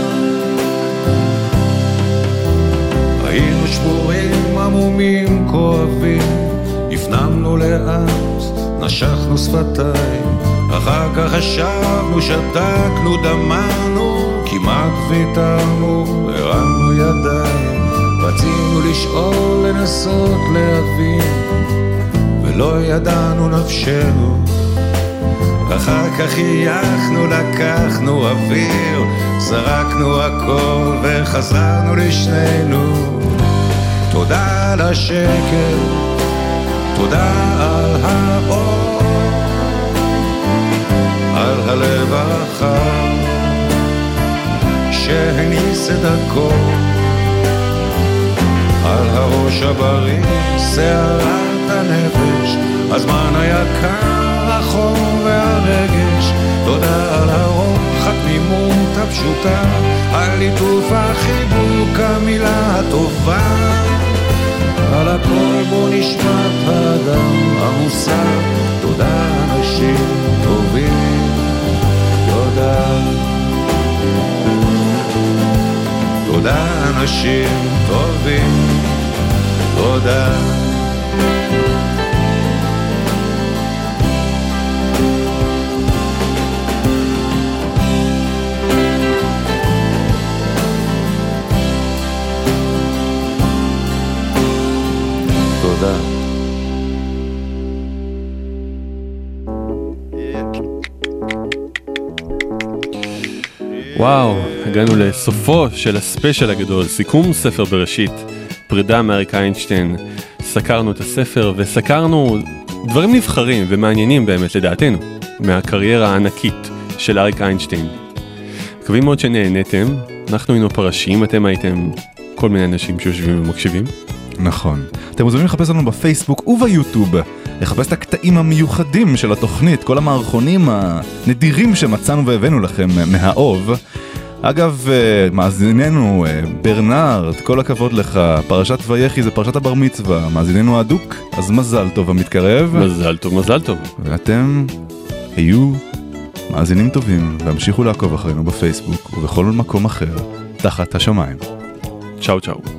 היינו שבורים, עמומים, כואבים, הפנמנו לאט, נשכנו שפתיים, אחר כך חשבנו, שתקנו, דמענו, כמעט ויתרנו, הרמנו ידיים, רצינו לשאול, לנסות להבין, ולא ידענו נפשנו. אחר כך חייכנו, לקחנו אוויר, זרקנו הכל וחזרנו לשנינו. תודה על השקט, תודה על האור, על הלב הרחב שהניס את הכל, על הראש הבריא, שערת הנפש, הזמן היקר, החום והרגש. תודה על הרוח, התמימות הפשוטה, על ליטוף החיבוק, המילה הטובה, על הכל בו נשמת האדם המוסר. תודה אנשים טובים, תודה, תודה אנשים טובים, תודה. תודה. וואו, הגענו לסופו של הספיישל הגדול, סיכום ספר בראשית, פרידה מאריק איינשטיין. סקרנו את הספר וסקרנו דברים נבחרים ומעניינים באמת לדעתנו מהקריירה הענקית של אריק איינשטיין. מקווים מאוד שנהנתם, אנחנו היינו פרשים, אתם הייתם כל מיני אנשים שיושבים ומקשיבים. נכון. אתם מוזמנים לחפש לנו בפייסבוק וביוטיוב, לחפש את הקטעים המיוחדים של התוכנית, כל המערכונים הנדירים שמצאנו והבאנו לכם מהאוב. אגב, מאזיננו ברנרד, כל הכבוד לך, פרשת ויחי זה פרשת הבר מצווה, מאזיננו הדוק, אז מזל טוב המתקרב. מזל טוב, מזל טוב. ואתם היו מאזינים טובים, והמשיכו לעקוב אחרינו בפייסבוק ובכל מקום אחר, תחת השמיים. צ'או צ'או.